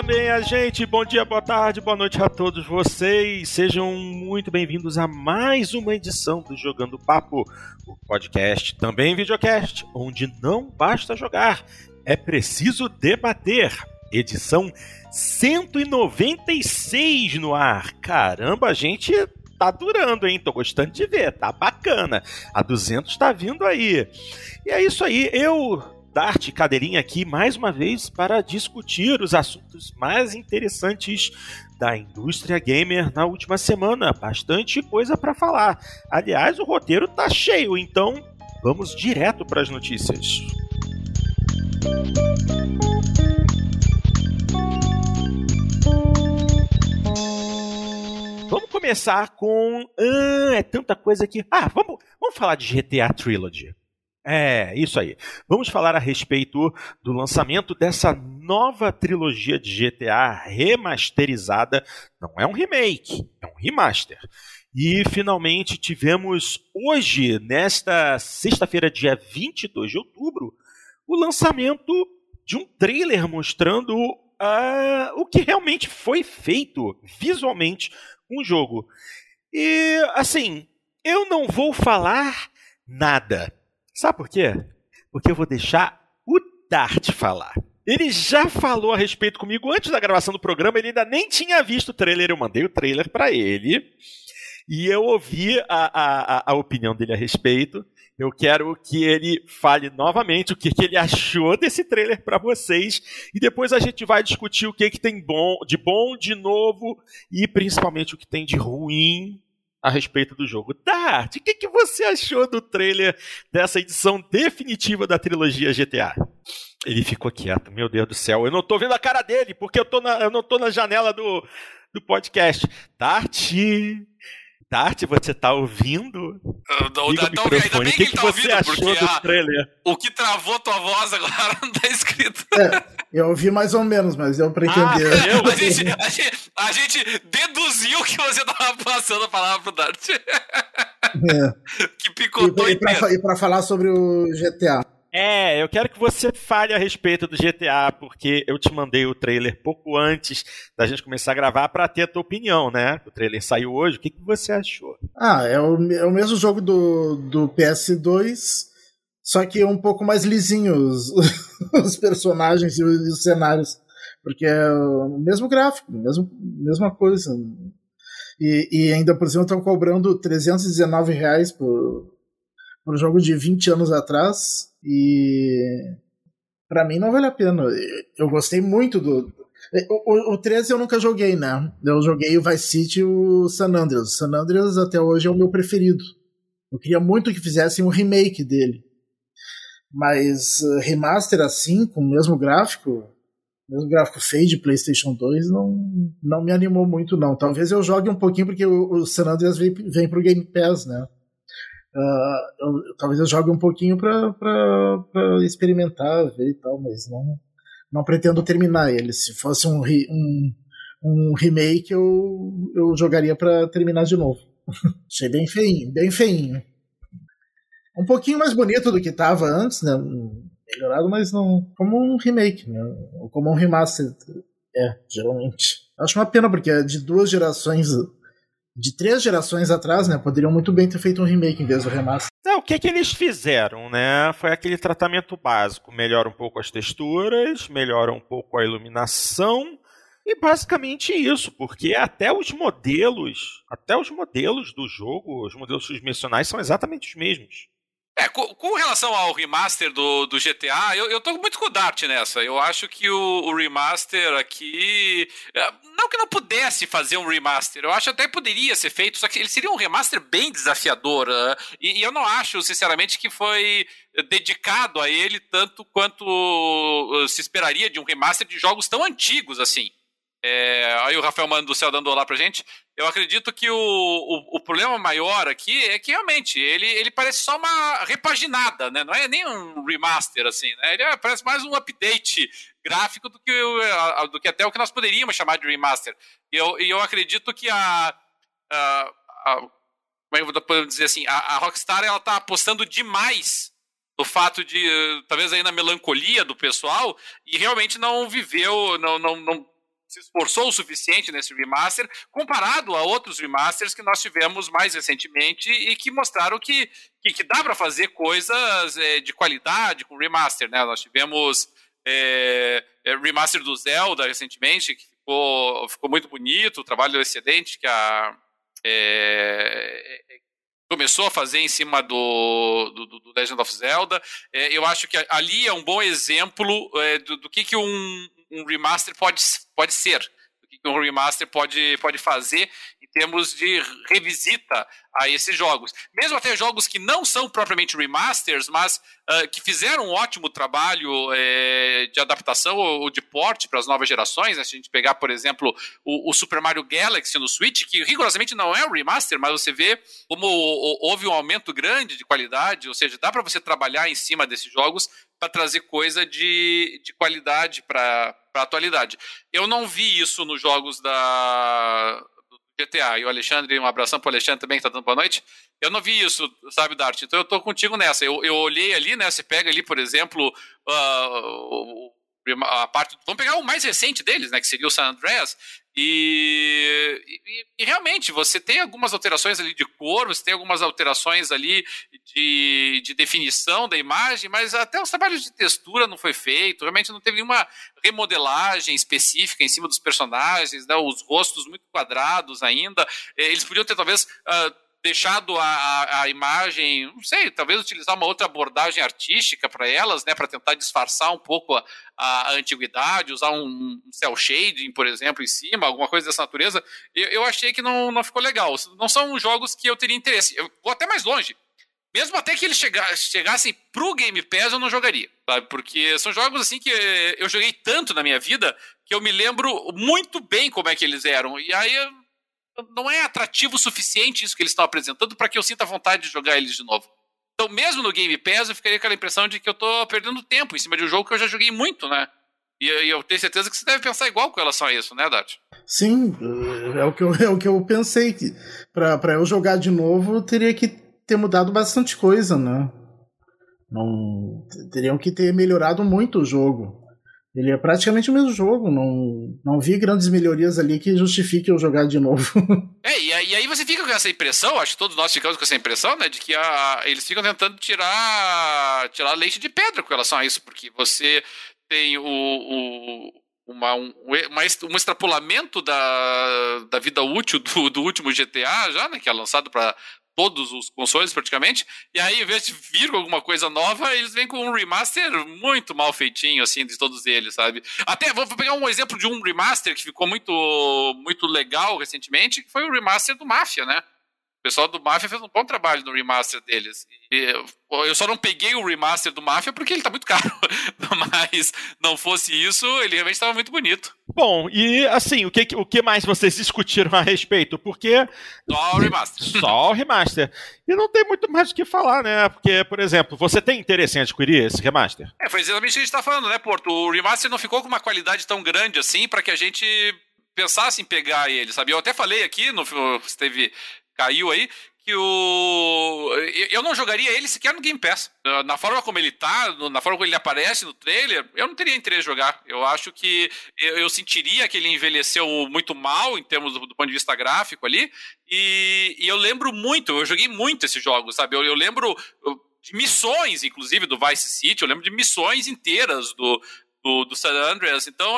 minha gente, bom dia, boa tarde, boa noite a todos vocês. Sejam muito bem-vindos a mais uma edição do Jogando Papo, o podcast, também videocast, onde não basta jogar, é preciso debater. Edição 196 no ar. Caramba, a gente tá durando, hein? Tô gostando de ver, tá bacana. A 200 tá vindo aí. E é isso aí, Dart Cadeirinha aqui mais uma vez para discutir os assuntos mais interessantes da indústria gamer na última semana. Bastante coisa para falar. Aliás, o roteiro tá cheio, então vamos direto para as notícias. Vamos começar com... é tanta coisa aqui. Vamos falar de GTA Trilogy. É, isso aí. Vamos falar a respeito do lançamento dessa nova trilogia de GTA remasterizada. Não é um remake, é um remaster. E finalmente tivemos hoje, nesta sexta-feira, dia 22 de outubro, o lançamento de um trailer mostrando o que realmente foi feito visualmente com o jogo. E, assim, eu não vou falar nada. Sabe por quê? Porque eu vou deixar o Dart falar. Ele já falou a respeito comigo antes da gravação do programa, ele ainda nem tinha visto o trailer, eu mandei o trailer para ele, e eu ouvi a opinião dele a respeito. Eu quero que ele fale novamente o que ele achou desse trailer para vocês, e depois a gente vai discutir o que tem de novo, e principalmente o que tem de ruim a respeito do jogo. Dart, o que você achou do trailer dessa edição definitiva da trilogia GTA? Ele ficou quieto, meu Deus do céu. Eu não tô vendo a cara dele, porque eu não tô na janela do podcast. Dart, você tá ouvindo? Ainda bem que ele tá ouvindo, porque do trailer? O que travou tua voz agora não tá escrito. Eu ouvi mais ou menos, mas deu pra entender. A gente deduziu que você tava passando a palavra pro Dart. Que picotou e pra falar sobre o GTA. Eu quero que você fale a respeito do GTA, porque eu te mandei o trailer pouco antes da gente começar a gravar para ter a tua opinião, né? O trailer saiu hoje, o que você achou? É o mesmo jogo do PS2, só que um pouco mais lisinho os personagens e os cenários, porque é o mesmo gráfico, mesma coisa. E ainda por cima estão cobrando R$319 por um jogo de 20 anos atrás, e pra mim não vale a pena. Eu gostei muito do... O 13 eu nunca joguei, né? Eu joguei o Vice City e o San Andreas. O San Andreas até hoje é o meu preferido. Eu queria muito que fizessem um remake dele. Mas remaster assim, com o mesmo gráfico feio de PlayStation 2, não me animou muito, não. Talvez eu jogue um pouquinho, porque o San Andreas vem pro Game Pass, né? Talvez eu jogue um pouquinho pra experimentar, ver e tal, mas não pretendo terminar ele. Se fosse um remake, eu jogaria pra terminar de novo. Achei bem feinho. Um pouquinho mais bonito do que tava antes, né? Melhorado, mas não como um remake, né? Ou como um remaster. Geralmente. Acho uma pena, porque é de 3 gerações atrás, né? Poderiam muito bem ter feito um remake em vez do remaster. O que eles fizeram, né? Foi aquele tratamento básico. Melhora um pouco as texturas, melhora um pouco a iluminação, e basicamente isso, porque até os modelos do jogo, os modelos tridimensionais são exatamente os mesmos. Com relação ao remaster do GTA, eu tô muito com o Dart nessa. Eu acho que o remaster aqui... Não que não pudesse fazer um remaster, eu acho até que poderia ser feito, só que ele seria um remaster bem desafiador. E eu não acho, sinceramente, que foi dedicado a ele tanto quanto se esperaria de um remaster de jogos tão antigos assim. Aí o Rafael Mano do Céu dando olá pra gente. Eu acredito que o problema maior aqui é que realmente ele parece só uma repaginada, né? Não é nem um remaster assim, né? Ele parece mais um update gráfico do que até o que nós poderíamos chamar de remaster. E eu acredito que como podemos dizer assim, a Rockstar ela tá apostando demais no fato de talvez aí na melancolia do pessoal, e realmente não viveu, não se esforçou o suficiente nesse remaster, comparado a outros remasters que nós tivemos mais recentemente e que mostraram que dá para fazer coisas de qualidade com remaster, né? Nós tivemos remaster do Zelda recentemente, que ficou muito bonito, trabalho excelente que começou a fazer em cima do Legend of Zelda. Eu acho que ali é um bom exemplo do que um remaster pode ser, do que um remaster pode fazer em termos de revisita a esses jogos. Mesmo até jogos que não são propriamente remasters, mas que fizeram um ótimo trabalho de adaptação ou de porte para as novas gerações, né? Se a gente pegar, por exemplo, o Super Mario Galaxy no Switch, que rigorosamente não é um remaster, mas você vê como houve um aumento grande de qualidade, ou seja, dá para você trabalhar em cima desses jogos para trazer coisa de qualidade para a atualidade. Eu não vi isso nos jogos do GTA. E o Alexandre, um abração pro Alexandre também, que tá dando boa noite. Eu não vi isso, sabe, Dart? Então eu tô contigo nessa. Eu olhei ali, né? Você pega ali, por exemplo, a parte. Vamos pegar o mais recente deles, né? Que seria o San Andreas. E realmente, você tem algumas alterações ali de cor, você tem algumas alterações ali de definição da imagem, mas até os trabalhos de textura não foi feito, realmente não teve nenhuma remodelagem específica em cima dos personagens, né, os rostos muito quadrados ainda. Eles podiam ter talvez deixado a imagem, não sei, talvez utilizar uma outra abordagem artística para elas, né, para tentar disfarçar um pouco a antiguidade, usar um cel shading, por exemplo, em cima, alguma coisa dessa natureza. Eu achei que não ficou legal. Não são jogos que eu teria interesse. Eu vou até mais longe. Mesmo até que eles chegassem pro Game Pass, eu não jogaria, sabe? Porque são jogos assim que eu joguei tanto na minha vida que eu me lembro muito bem como é que eles eram. E aí não é atrativo o suficiente isso que eles estão apresentando para que eu sinta vontade de jogar eles de novo. Então, mesmo no Game Pass, eu ficaria com aquela impressão de que eu tô perdendo tempo em cima de um jogo que eu já joguei muito, né? E eu tenho certeza que você deve pensar igual com relação a isso, né, Dart? Sim, é o que eu pensei. Que pra eu jogar de novo, eu teria que ter mudado bastante coisa, né? Teriam que ter melhorado muito o jogo. Ele é praticamente o mesmo jogo, não vi grandes melhorias ali que justifiquem eu jogar de novo. E aí você fica com essa impressão, acho que todos nós ficamos com essa impressão, né, de que eles ficam tentando tirar leite de pedra com relação a isso, porque você tem um extrapolamento da vida útil do último GTA já, né, que é lançado para todos os consoles praticamente, e aí, em vez de vir com alguma coisa nova, eles vêm com um remaster muito mal feitinho, assim, de todos eles, sabe? Até, vou pegar um exemplo de um remaster que ficou muito, muito legal recentemente, que foi o remaster do Mafia, né? O pessoal do Mafia fez um bom trabalho no remaster deles. Eu só não peguei o remaster do Mafia porque ele tá muito caro. Mas não fosse isso, ele realmente estava muito bonito. Bom, e assim, o que mais vocês discutiram a respeito? Porque... Só o remaster. Só o remaster. E não tem muito mais o que falar, né? Porque, por exemplo, você tem interesse em adquirir esse remaster? Foi exatamente o que a gente tá falando, né, Porto? O remaster não ficou com uma qualidade tão grande assim para que a gente pensasse em pegar ele, sabe? Eu até falei aqui, caiu aí, que eu não jogaria ele sequer no Game Pass. Na forma como ele tá, na forma como ele aparece no trailer, eu não teria interesse em jogar. Eu acho que eu sentiria que ele envelheceu muito mal em termos do ponto de vista gráfico ali, e eu lembro muito, eu joguei muito esse jogo, sabe? Eu lembro de missões, inclusive, do Vice City, eu lembro de missões inteiras do San Andreas, então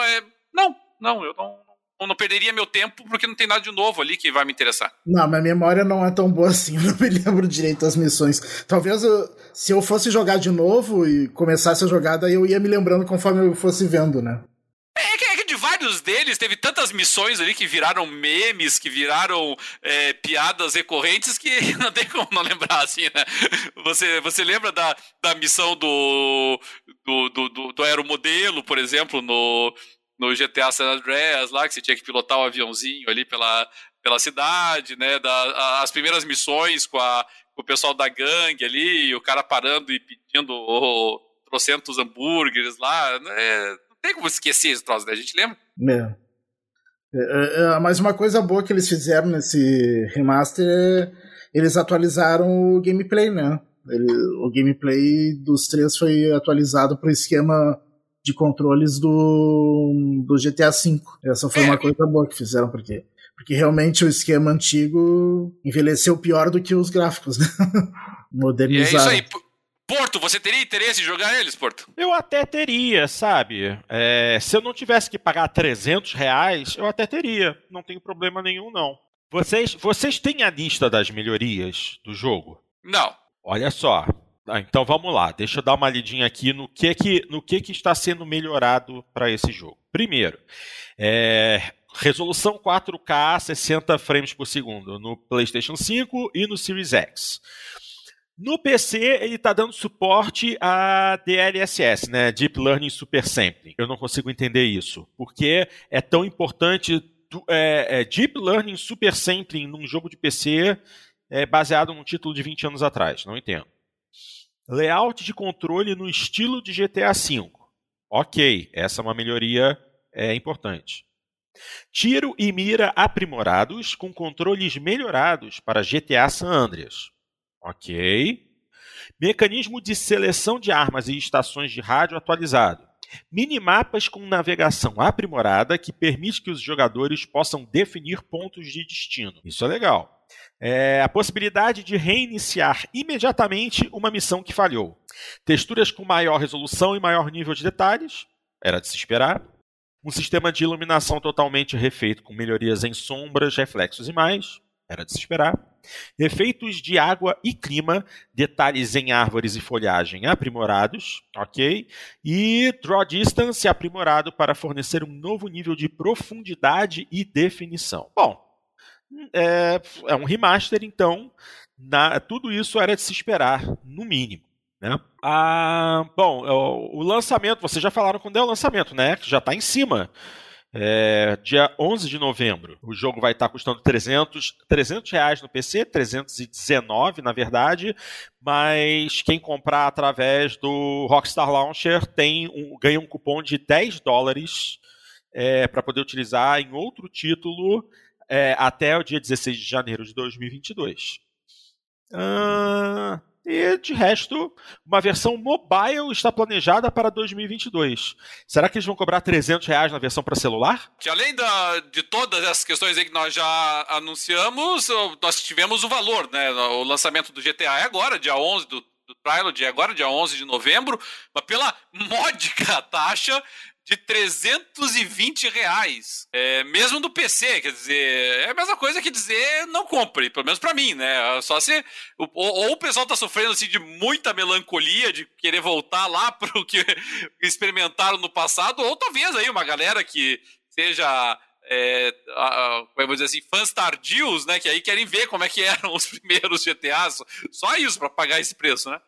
eu não perderia meu tempo porque não tem nada de novo ali que vai me interessar. Não, minha memória não é tão boa assim, eu não me lembro direito das missões. Talvez se eu fosse jogar de novo e começasse a jogada, eu ia me lembrando conforme eu fosse vendo, né? É que de vários deles teve tantas missões ali que viraram memes, que viraram piadas recorrentes que não tem como não lembrar, assim, né? Você lembra da missão do aeromodelo, por exemplo, no GTA San Andreas, lá, que você tinha que pilotar o aviãozinho ali pela cidade, né? As primeiras missões com o pessoal da gangue ali, e o cara parando e pedindo trocentos hambúrgueres lá. Não tem como esquecer esse troço, né? A gente lembra? Mas uma coisa boa que eles fizeram nesse remaster eles atualizaram o gameplay, né? O gameplay dos 3 foi atualizado pro esquema de controles do GTA V. Essa foi uma coisa boa que fizeram, porque realmente o esquema antigo envelheceu pior do que os gráficos, né? Modernizaram. E é isso aí. Porto, você teria interesse em jogar eles, Porto? Eu até teria, sabe? Se eu não tivesse que pagar R$300, eu até teria. Não tenho problema nenhum, não. Vocês têm a lista das melhorias do jogo? Não. Olha só. Então vamos lá. Deixa eu dar uma lidinha aqui no que está sendo melhorado para esse jogo. Primeiro, resolução 4K 60 frames por segundo no PlayStation 5 e no Series X. No PC, ele está dando suporte a DLSS, né? Deep Learning Super Sampling. Eu não consigo entender isso. Porque é tão importante Deep Learning Super Sampling num jogo de PC baseado num título de 20 anos atrás. Não entendo. Layout de controle no estilo de GTA V. Ok, essa é uma melhoria importante. Tiro e mira aprimorados com controles melhorados para GTA San Andreas. Ok. Mecanismo de seleção de armas e estações de rádio atualizado. Minimapas com navegação aprimorada que permite que os jogadores possam definir pontos de destino. Isso é legal. A possibilidade de reiniciar imediatamente uma missão que falhou. Texturas com maior resolução e maior nível de detalhes. Era de se esperar. Um sistema de iluminação totalmente refeito com melhorias em sombras, reflexos e mais. Era de se esperar. Efeitos de água e clima, detalhes em árvores e folhagem aprimorados, ok? E Draw Distance aprimorado para fornecer um novo nível de profundidade e definição. Bom, é um remaster, então tudo isso era de se esperar, no mínimo. Né? Bom, o lançamento, vocês já falaram quando é o lançamento, né? Que já está em cima. Dia 11 de novembro. O jogo vai estar custando R$300 no PC, 319 na verdade, mas quem comprar através do Rockstar Launcher ganha um cupom de $10 para poder utilizar em outro título até o dia 16 de janeiro de 2022. E, de resto, uma versão mobile está planejada para 2022. Será que eles vão cobrar R$300 na versão para celular? Que além de todas essas questões aí que nós já anunciamos, nós tivemos o valor, né? O lançamento do GTA é agora, dia 11 do Trilogy, é agora, dia 11 de novembro, mas pela módica taxa de R$320. Mesmo do PC, quer dizer, é a mesma coisa que dizer não compre, pelo menos pra mim, né? Só se ou o pessoal tá sofrendo assim de muita melancolia, de querer voltar lá pro que experimentaram no passado, ou talvez aí uma galera que seja vamos dizer assim, fãs tardios, né? Que aí querem ver como é que eram os primeiros GTAs. Só isso pra pagar esse preço, né?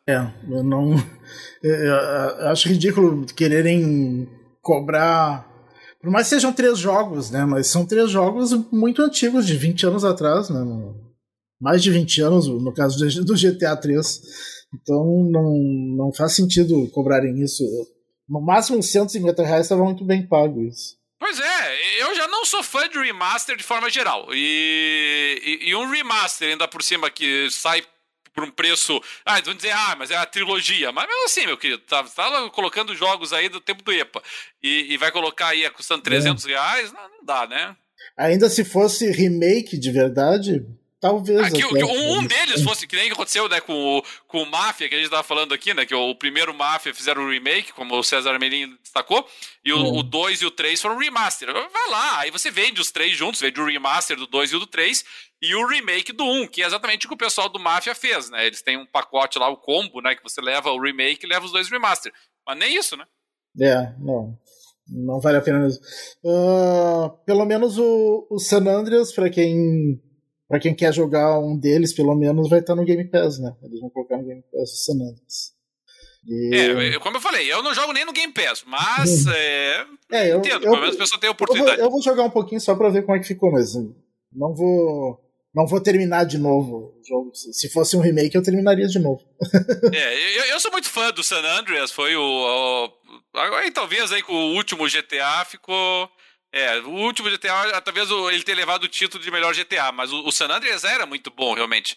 Eu acho ridículo quererem cobrar, por mais que sejam 3 jogos, né? Mas são 3 jogos muito antigos, de 20 anos atrás, né? Mais de 20 anos, no caso do GTA 3. Então não faz sentido cobrarem isso. No máximo uns R$150 estava muito bem pago isso. Pois eu já não sou fã de remaster de forma geral. E um remaster ainda por cima que sai por um preço... eles vão dizer, mas é a trilogia. Mas mesmo assim, meu querido, tá colocando jogos aí do tempo do EPA e vai colocar aí custando R$300? Não dá, né? Ainda se fosse remake de verdade, talvez... Um deles fosse, que nem aconteceu, né, com o Mafia, que a gente tava falando aqui, né, que o primeiro Mafia fizeram o remake, como o César Melim destacou, e o 2 e o 3 foram remaster. Vai lá, aí você vende os 3 juntos, vende o remaster do 2 e o do 3, e o remake do 1, que é exatamente o que o pessoal do Mafia fez, né, eles têm um pacote lá, o combo, né, que você leva o remake e leva os 2 remaster. Mas nem isso, né? Não vale a pena mesmo. Pelo menos o San Andreas, pra quem quer jogar um deles, pelo menos vai estar no Game Pass, né? Eles vão colocar no Game Pass o San Andreas. Como eu falei, eu não jogo nem no Game Pass, mas eu entendo, pelo menos a pessoa tem a oportunidade. Eu vou jogar um pouquinho só pra ver como é que ficou, mas não vou terminar de novo o jogo. Se fosse um remake, eu terminaria de novo. Eu sou muito fã do San Andreas, foi agora talvez aí com o último GTA ficou... o último GTA, talvez ele tenha levado o título de melhor GTA, mas o San Andreas era muito bom, realmente.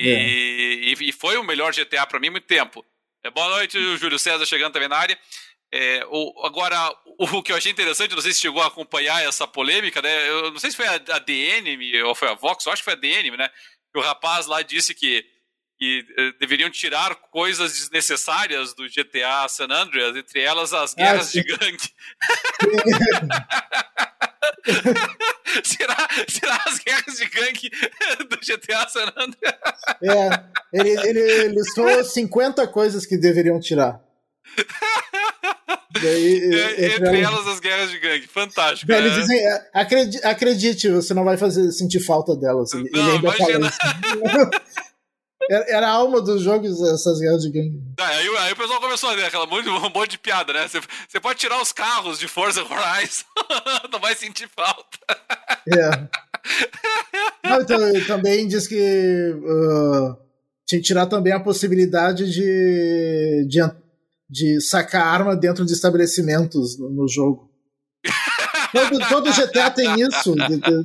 E foi o melhor GTA pra mim há muito tempo. Boa noite, o Júlio César chegando também na área. Agora, o que eu achei interessante, não sei se chegou a acompanhar essa polêmica, né? Eu não sei se foi a DN ou foi a Vox, eu acho que foi a DN, né? Que o rapaz lá disse que deveriam tirar coisas desnecessárias do GTA San Andreas, entre elas as guerras de gangue. será as guerras de gangue do GTA San Andreas? Ele listou 50 coisas que deveriam tirar. Entre elas as guerras de gangue, fantástico. Eles dizem, acredite, você não vai sentir falta delas. Ele ainda fala isso. Era a alma dos jogos, essas guerras de gangue. Aí o pessoal começou a ver um monte de piada, né? Você pode tirar os carros de Forza Horizon, não vai sentir falta. Não, então, também diz que tinha que tirar também a possibilidade de sacar arma dentro de estabelecimentos no jogo. Todo GTA tem isso.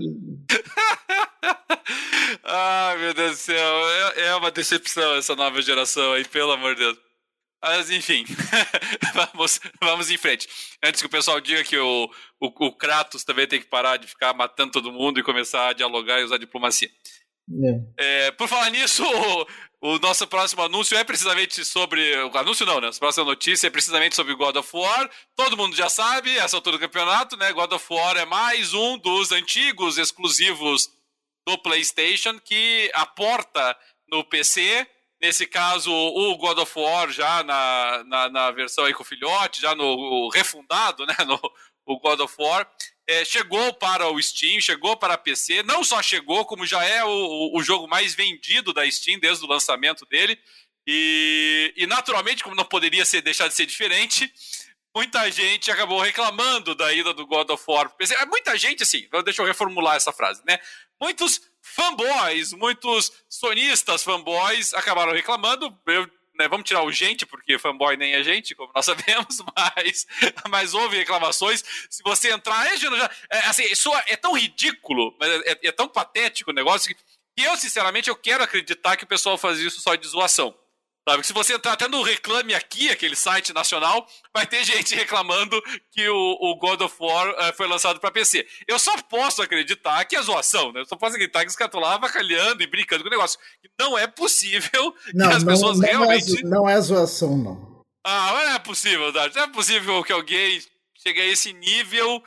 Ai, meu Deus do céu. É uma decepção essa nova geração aí, pelo amor de Deus. Mas, enfim. vamos em frente. Antes que o pessoal diga que o Kratos também tem que parar de ficar matando todo mundo e começar a dialogar e usar diplomacia. Por falar nisso, o nosso próximo anúncio é precisamente sobre... Anúncio não, né? A próxima notícia é precisamente sobre God of War. Todo mundo já sabe, essa altura do campeonato, né? God of War é mais um dos antigos exclusivos do PlayStation que aporta no PC. Nesse caso, o God of War já na versão aí com o filhote, já no refundado, né? O God of War. Chegou para o Steam, chegou para a PC, não só chegou, como já é o jogo mais vendido da Steam desde o lançamento dele, e naturalmente, como não poderia deixar de ser diferente, muita gente acabou reclamando da ida do God of War para PC. Muita gente, assim, deixa eu reformular essa frase, né? Muitos fanboys, muitos sonistas fanboys acabaram reclamando. Vamos tirar o gente, porque fanboy nem é gente, como nós sabemos, mas houve reclamações. Se você entrar... assim, isso é tão ridículo, mas é tão patético o negócio, que eu, sinceramente, eu quero acreditar que o pessoal faz isso só de zoação. Sabe? Que se você entrar até no Reclame Aqui, aquele site nacional, vai ter gente reclamando que o God of War foi lançado para PC. Eu só posso acreditar que é zoação, né? Eu só posso acreditar que os caras estão lá avacalhando e brincando com o negócio. Não é possível que as pessoas realmente... Não é zoação, não. Não é possível, Dart. Não é possível que alguém chegue a esse nível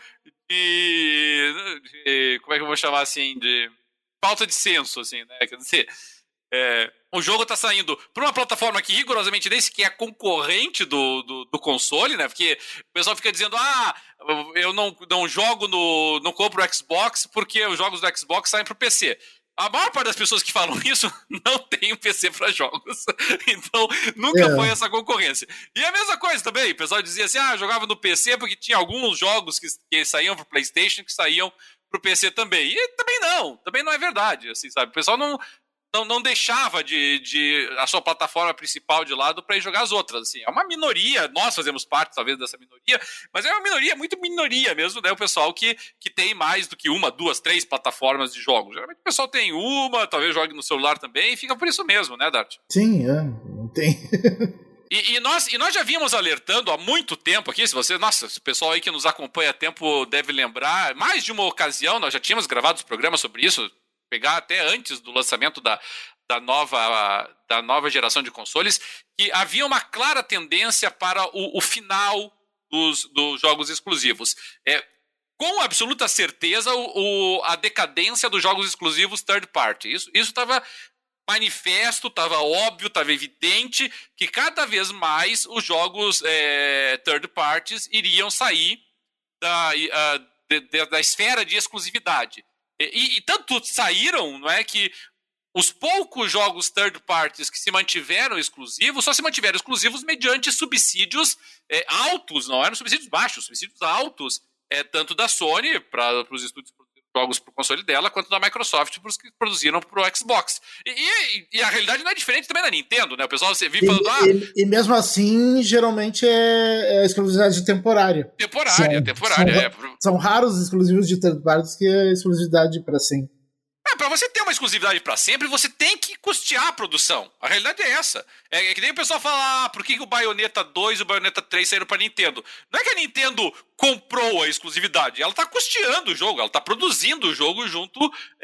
de... Como é que eu vou chamar assim? De falta de senso, assim, né? Quer dizer... o jogo tá saindo para uma plataforma que rigorosamente nem sequer é concorrente do console, né? Porque o pessoal fica dizendo, eu não jogo não compro o Xbox porque os jogos do Xbox saem pro PC. A maior parte das pessoas que falam isso não tem um PC para jogos. Então, nunca foi essa concorrência. E a mesma coisa também, o pessoal dizia assim, jogava no PC porque tinha alguns jogos que saíam pro PlayStation que saíam pro PC também. E também não é verdade, assim, sabe? O pessoal não deixava a sua plataforma principal de lado para ir jogar as outras. Assim. É uma minoria, nós fazemos parte talvez dessa minoria, mas é uma minoria, muito minoria mesmo, né? O pessoal que tem mais do que 1, 2, 3 plataformas de jogos. Geralmente o pessoal tem uma, talvez jogue no celular também, e fica por isso mesmo, né, Dart? Sim, não tem. E nós já vínhamos alertando há muito tempo aqui, o pessoal aí que nos acompanha há tempo deve lembrar, mais de uma ocasião, nós já tínhamos gravado os programas sobre isso, pegar até antes do lançamento da nova geração de consoles, que havia uma clara tendência para o final dos jogos exclusivos. Com absoluta certeza, a decadência dos jogos exclusivos third party. Isso estava manifesto, estava óbvio, estava evidente que cada vez mais os jogos third parties iriam sair da esfera de exclusividade. E tanto saíram, não é, que os poucos jogos third parties que se mantiveram exclusivos, só se mantiveram exclusivos mediante subsídios altos, não eram subsídios baixos, subsídios altos, tanto da Sony para os estúdios jogos para o console dela, quanto da Microsoft para os que produziram para o Xbox. E a realidade não é diferente também da Nintendo, né? O pessoal você vive falando... E mesmo assim, geralmente é exclusividade temporária. Temporária. São raros exclusivos de third parties que é exclusividade para sempre. Para você ter uma exclusividade para sempre, você tem que custear a produção. A realidade é essa. É que nem o pessoal fala, por que o Bayonetta 2 e o Bayonetta 3 saíram para Nintendo? Não é que a Nintendo comprou a exclusividade, ela está custeando o jogo, ela está produzindo o jogo junto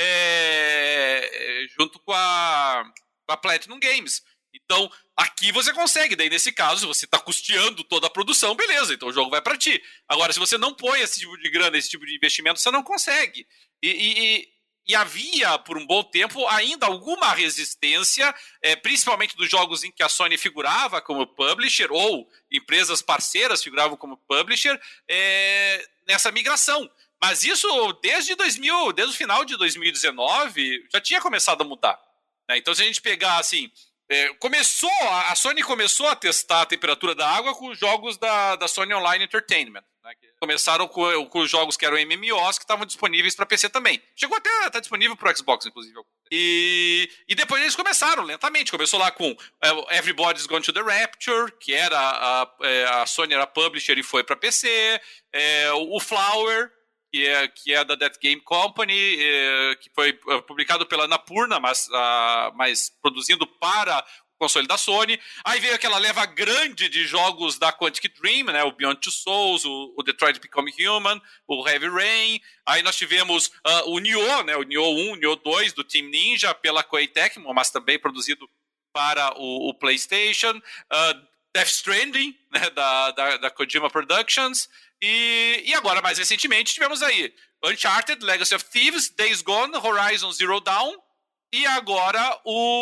com a Platinum Games. Então, aqui você consegue. Daí, nesse caso, se você está custeando toda a produção, beleza, então o jogo vai para ti. Agora, se você não põe esse tipo de grana, esse tipo de investimento, você não consegue. E havia, por um bom tempo, ainda alguma resistência, principalmente dos jogos em que a Sony figurava como publisher, ou empresas parceiras figuravam como publisher, nessa migração. Mas isso, desde o final de 2019, já tinha começado a mudar. Né? Então, se a gente pegar, assim... a Sony começou a testar a temperatura da água com os jogos da Sony Online Entertainment. Né? Começaram com os jogos que eram MMOs, que estavam disponíveis para PC também. Chegou até a estar disponível para Xbox, inclusive. E depois eles começaram lentamente. Começou lá com Everybody's Gone to the Rapture, que era a Sony era publisher e foi para PC. O Flower, que é da Dead Game Company, que foi publicado pela Annapurna, mas produzindo para o console da Sony. Aí veio aquela leva grande de jogos da Quantic Dream, né, o Beyond Two Souls, o Detroit Become Human, o Heavy Rain. Aí nós tivemos o Nioh, né, o Nioh 1, o Nioh 2 do Team Ninja pela Koei Tecmo, mas também produzido para o PlayStation. Death Stranding, né, da Kojima Productions. E agora, mais recentemente, tivemos aí Uncharted, Legacy of Thieves, Days Gone, Horizon Zero Dawn e agora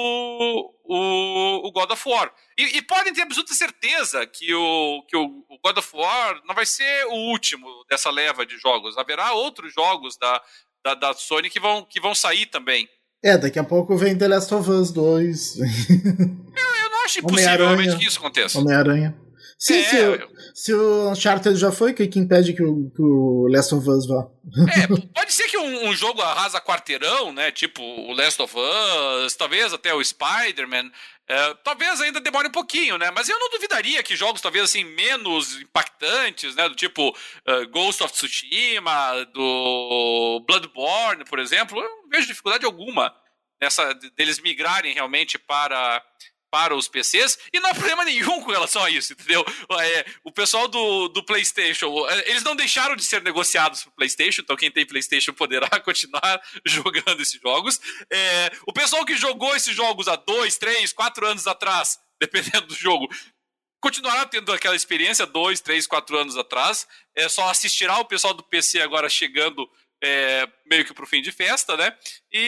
o God of War. E podem ter absoluta certeza que o God of War não vai ser o último dessa leva de jogos. Haverá outros jogos da Sony que vão sair também. Daqui a pouco vem The Last of Us 2. Eu não acho impossível realmente que isso aconteça. Homem-Aranha. Sim, se o Uncharted já foi, que impede que o Last of Us vá? Pode ser que um jogo arrasa quarteirão, né? Tipo o Last of Us, talvez até o Spider-Man. Talvez ainda demore um pouquinho, né? Mas eu não duvidaria que jogos talvez assim menos impactantes, né? Do tipo Ghost of Tsushima, do Bloodborne, por exemplo, eu não vejo dificuldade alguma deles migrarem realmente para os PCs, e não há problema nenhum com relação a isso, entendeu? O pessoal do PlayStation, eles não deixaram de ser negociados pro PlayStation, então quem tem PlayStation poderá continuar jogando esses jogos. O pessoal que jogou esses jogos há 2, 3, 4 anos atrás, dependendo do jogo, continuará tendo aquela experiência 2, 3, 4 anos atrás, só assistirá o pessoal do PC agora chegando meio que pro fim de festa, né?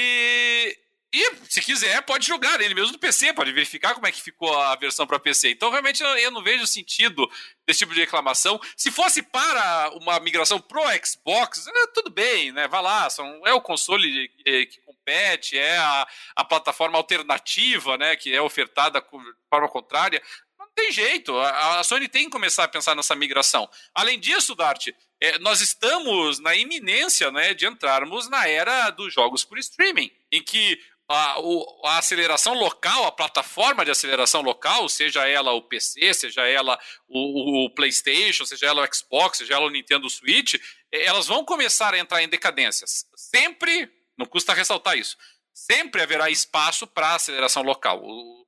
E, se quiser, pode jogar ele mesmo no PC, pode verificar como é que ficou a versão para PC. Então, realmente, eu não vejo sentido desse tipo de reclamação. Se fosse para uma migração pro Xbox, tudo bem, né? Vai lá, é o console que compete, é a plataforma alternativa, né? Que é ofertada de forma contrária. Não tem jeito, a Sony tem que começar a pensar nessa migração. Além disso, Dart, nós estamos na iminência, né, de entrarmos na era dos jogos por streaming, em que a aceleração local, a plataforma de aceleração local, seja ela o PC, seja ela o PlayStation, seja ela o Xbox, seja ela o Nintendo Switch, elas vão começar a entrar em decadências. Sempre, não custa ressaltar isso, sempre haverá espaço para aceleração local.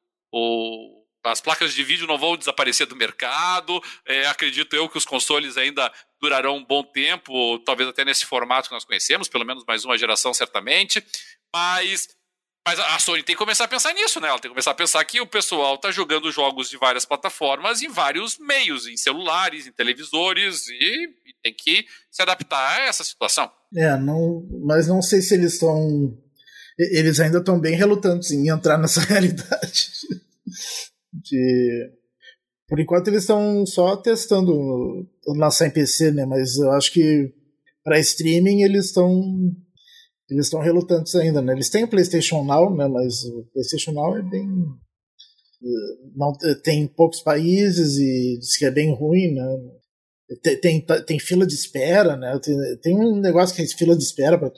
As placas de vídeo não vão desaparecer do mercado, acredito eu que os consoles ainda durarão um bom tempo, talvez até nesse formato que nós conhecemos, pelo menos mais uma geração certamente, mas a Sony tem que começar a pensar nisso, né? Ela tem que começar a pensar que o pessoal está jogando jogos de várias plataformas em vários meios, em celulares, em televisores, e tem que se adaptar a essa situação. Mas não sei se eles estão... Eles ainda estão bem relutantes em entrar nessa realidade. Por enquanto eles estão só testando lançar em PC, né? Mas eu acho que para streaming eles estão relutantes ainda, né? Eles têm o PlayStation Now, né? Mas o PlayStation Now é bem... Não, tem poucos países e diz que é bem ruim, né? Tem fila de espera, né? Tem um negócio que é fila de espera para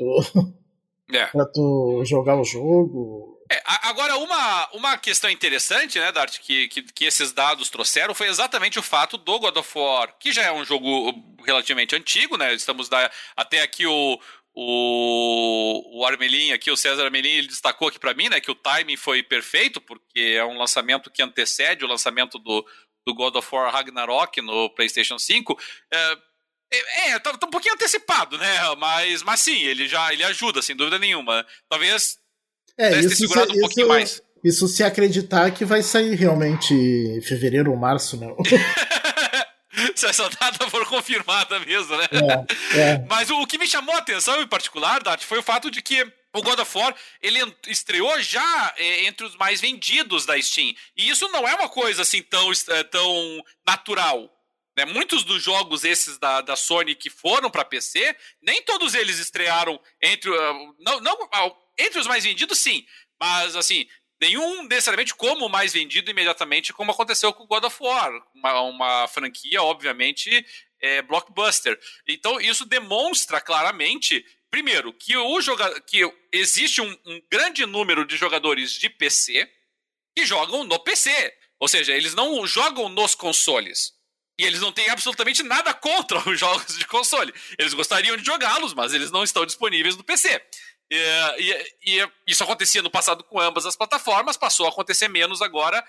tu jogar o jogo. Agora, uma questão interessante, né, Dart, que esses dados trouxeram foi exatamente o fato do God of War, que já é um jogo relativamente antigo, né? Estamos até aqui o Armelin aqui, o César Armelin, ele destacou aqui para mim, né, que o timing foi perfeito, porque é um lançamento que antecede o lançamento do God of War Ragnarok no PlayStation 5. Tá um pouquinho antecipado, né, mas sim, ele ajuda, sem dúvida nenhuma. Talvez tivesse ter segurado um pouquinho mais. Isso se acreditar que vai sair realmente em fevereiro ou março, né? Se essa data for confirmada mesmo, né? Mas o que me chamou a atenção em particular, Dart, foi o fato de que o God of War, ele estreou já entre os mais vendidos da Steam. E isso não é uma coisa assim tão natural. Né? Muitos dos jogos esses da Sony que foram para PC, nem todos eles estrearam entre os mais vendidos, sim. Mas, assim, nenhum necessariamente como o mais vendido imediatamente, como aconteceu com o God of War. Uma franquia, obviamente, blockbuster. Então, isso demonstra claramente, primeiro, que existe um grande número de jogadores de PC que jogam no PC. Ou seja, eles não jogam nos consoles. E eles não têm absolutamente nada contra os jogos de console. Eles gostariam de jogá-los, mas eles não estão disponíveis no PC. E isso acontecia no passado com ambas as plataformas, passou a acontecer menos agora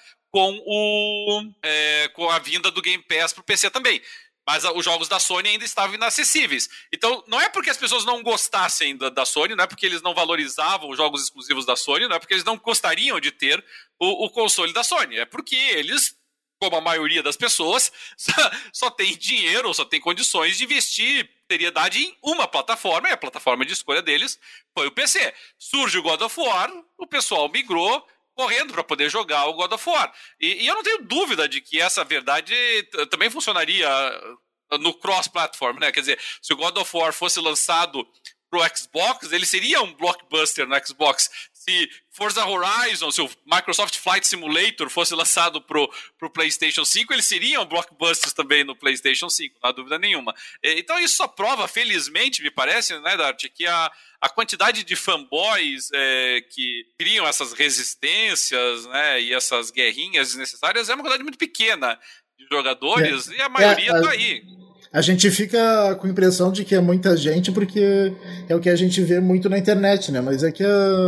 com a vinda do Game Pass para o PC também. Mas os jogos da Sony ainda estavam inacessíveis. Então, não é porque as pessoas não gostassem da Sony, não é porque eles não valorizavam os jogos exclusivos da Sony, não é porque eles não gostariam de ter o console da Sony. É porque eles, como a maioria das pessoas, só tem dinheiro ou só tem condições de investir seriedade em uma plataforma, e a plataforma de escolha deles foi o PC. Surge o God of War, o pessoal migrou correndo para poder jogar o God of War. E eu não tenho dúvida de que essa verdade também funcionaria no cross-platform, né? Quer dizer, se o God of War fosse lançado pro Xbox, ele seria um blockbuster no Xbox. Se Forza Horizon, se o Microsoft Flight Simulator fosse lançado pro PlayStation 5, eles seriam blockbusters também no PlayStation 5, não há dúvida nenhuma. Então isso só prova, felizmente, me parece, né, Dart, que a quantidade de fanboys que criam essas resistências, né, e essas guerrinhas desnecessárias é uma quantidade muito pequena de jogadores, e a maioria tá aí. A gente fica com a impressão de que é muita gente porque é o que a gente vê muito na internet, né? Mas é que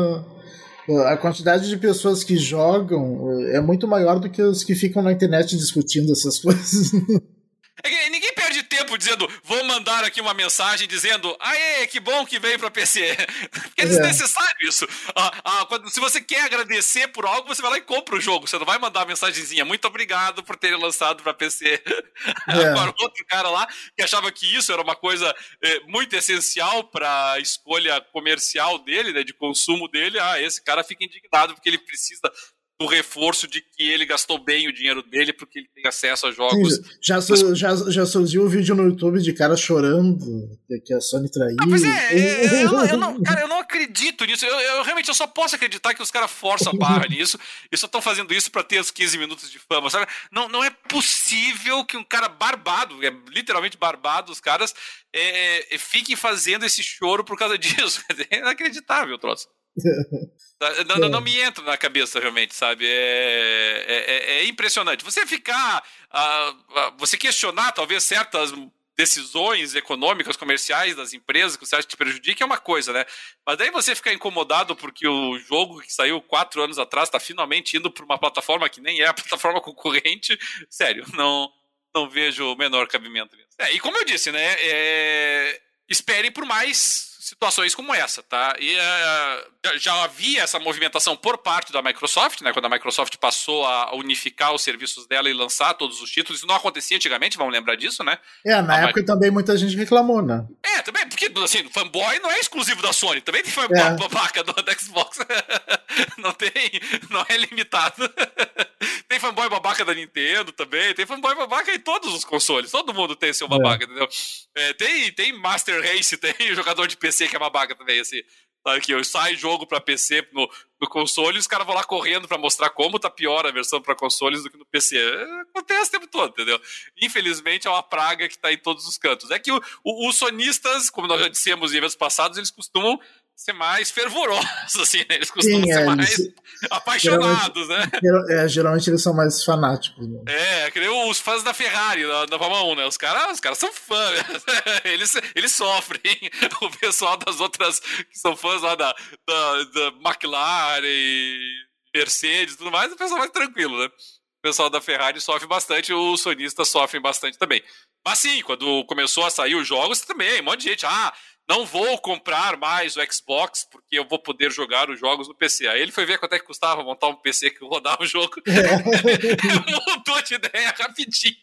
a quantidade de pessoas que jogam é muito maior do que os que ficam na internet discutindo essas coisas. Ninguém perde tempo dizendo, vou mandar aqui uma mensagem dizendo, aê, que bom que veio para PC. Porque é desnecessário isso. Se você quer agradecer por algo, você vai lá e compra o jogo. Você não vai mandar uma mensagenzinha, muito obrigado por terem lançado para PC. Agora, outro cara lá que achava que isso era uma coisa muito essencial para a escolha comercial dele, né, de consumo dele, esse cara fica indignado porque ele precisa do reforço de que ele gastou bem o dinheiro dele porque ele tem acesso a jogos. Sim, já surgiu um vídeo no YouTube de cara chorando que a Sony traiu. Pois eu não acredito nisso. Eu realmente sou posso acreditar que os caras forçam a barra nisso e só estão fazendo isso para ter os 15 minutos de fama, sabe? Não é possível que um cara barbado, literalmente barbado, os caras fiquem fazendo esse choro por causa disso. É inacreditável o troço. Não me entra na cabeça realmente, sabe? É impressionante. Você ficar você questionar talvez certas decisões econômicas, comerciais das empresas que você acha que te prejudica é uma coisa, né? Mas daí você ficar incomodado porque o jogo que saiu 4 anos atrás está finalmente indo para uma plataforma que nem é a plataforma concorrente, sério, não vejo o menor cabimento nisso. E como eu disse, né? Esperem por mais situações como essa, tá? E já havia essa movimentação por parte da Microsoft, né? Quando a Microsoft passou a unificar os serviços dela e lançar todos os títulos. Isso não acontecia antigamente, vamos lembrar disso, né? Na época também muita gente reclamou, né? Também, porque assim, fanboy não é exclusivo da Sony, também tem fanboy babaca do Xbox. Não é limitado. Tem fanboy babaca da Nintendo também, tem fanboy babaca em todos os consoles, todo mundo tem seu babaca, entendeu? Tem Master Race, tem jogador de PC que é babaca também, assim. Sabe que sai jogo pra PC no console e os caras vão lá correndo pra mostrar como tá pior a versão pra consoles do que no PC. Acontece o tempo todo, entendeu? Infelizmente é uma praga que tá em todos os cantos. É que os sonistas, como nós já dissemos em eventos passados, eles costumam ser mais fervorosos, assim, né? Eles costumam ser mais apaixonados, né? Geralmente eles são mais fanáticos. Né? Que nem os fãs da Ferrari, da Fórmula 1, né? Os caras são fãs, eles sofrem. O pessoal das outras que são fãs lá da McLaren, Mercedes e tudo mais, o pessoal mais tranquilo, né? O pessoal da Ferrari sofre bastante, os sonistas sofrem bastante também. Mas sim, quando começou a sair os jogos, também, um monte de gente, não vou comprar mais o Xbox porque eu vou poder jogar os jogos no PC. Aí ele foi ver quanto é que custava montar um PC que rodava o jogo. Mudou de ideia rapidinho.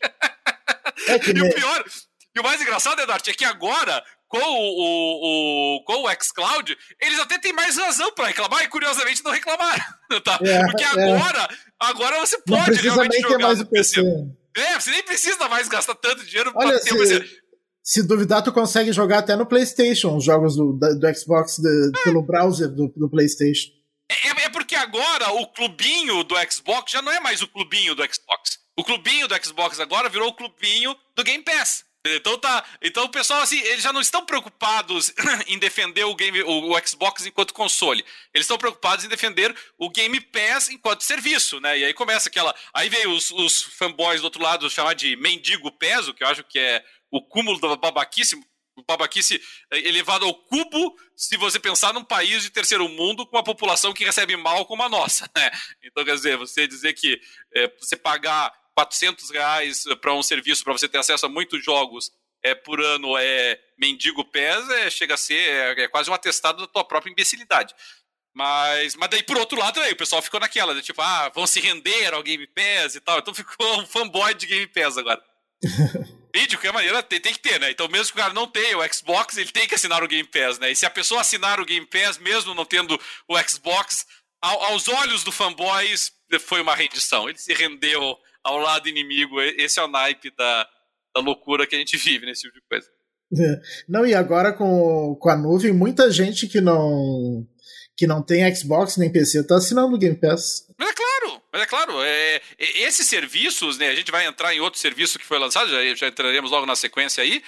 E o mais engraçado, Eduardo, é que agora, com o xCloud, eles até têm mais razão para reclamar e, curiosamente, não reclamaram. Tá? Porque agora você pode realmente jogar mais no PC. Você nem precisa mais gastar tanto dinheiro para ter o PC. Se duvidar, tu consegue jogar até no PlayStation os jogos do Xbox pelo browser do PlayStation. É porque agora o clubinho do Xbox já não é mais o clubinho do Xbox. O clubinho do Xbox agora virou o clubinho do Game Pass. Então o pessoal, assim, eles já não estão preocupados em defender o Xbox enquanto console. Eles estão preocupados em defender o Game Pass enquanto serviço, né? E aí começa aí veio os fanboys do outro lado chamar de mendigo peso, que eu acho que é o cúmulo da babaquice elevado ao cubo, se você pensar num país de terceiro mundo com uma população que recebe mal como a nossa, né? Então, quer dizer, você dizer que você pagar R$400 para um serviço para você ter acesso a muitos jogos por ano mendigo pés, chega a ser quase um atestado da tua própria imbecilidade. Mas daí, por outro lado, o pessoal ficou naquela, tipo, vão se render ao Game Pass e tal. Então ficou um fanboy de Game Pass agora. E de qualquer maneira tem que ter, né? Então mesmo que o cara não tenha o Xbox, ele tem que assinar o Game Pass, né? E se a pessoa assinar o Game Pass, mesmo não tendo o Xbox, aos olhos do fanboys, foi uma rendição. Ele se rendeu ao lado inimigo. Esse é o naipe da loucura que a gente vive nesse tipo de coisa. Não, e agora com a nuvem, muita gente que não tem Xbox nem PC tá assinando o Game Pass. Mas é claro, esses serviços, né, a gente vai entrar em outro serviço que foi lançado, já entraremos logo na sequência aí,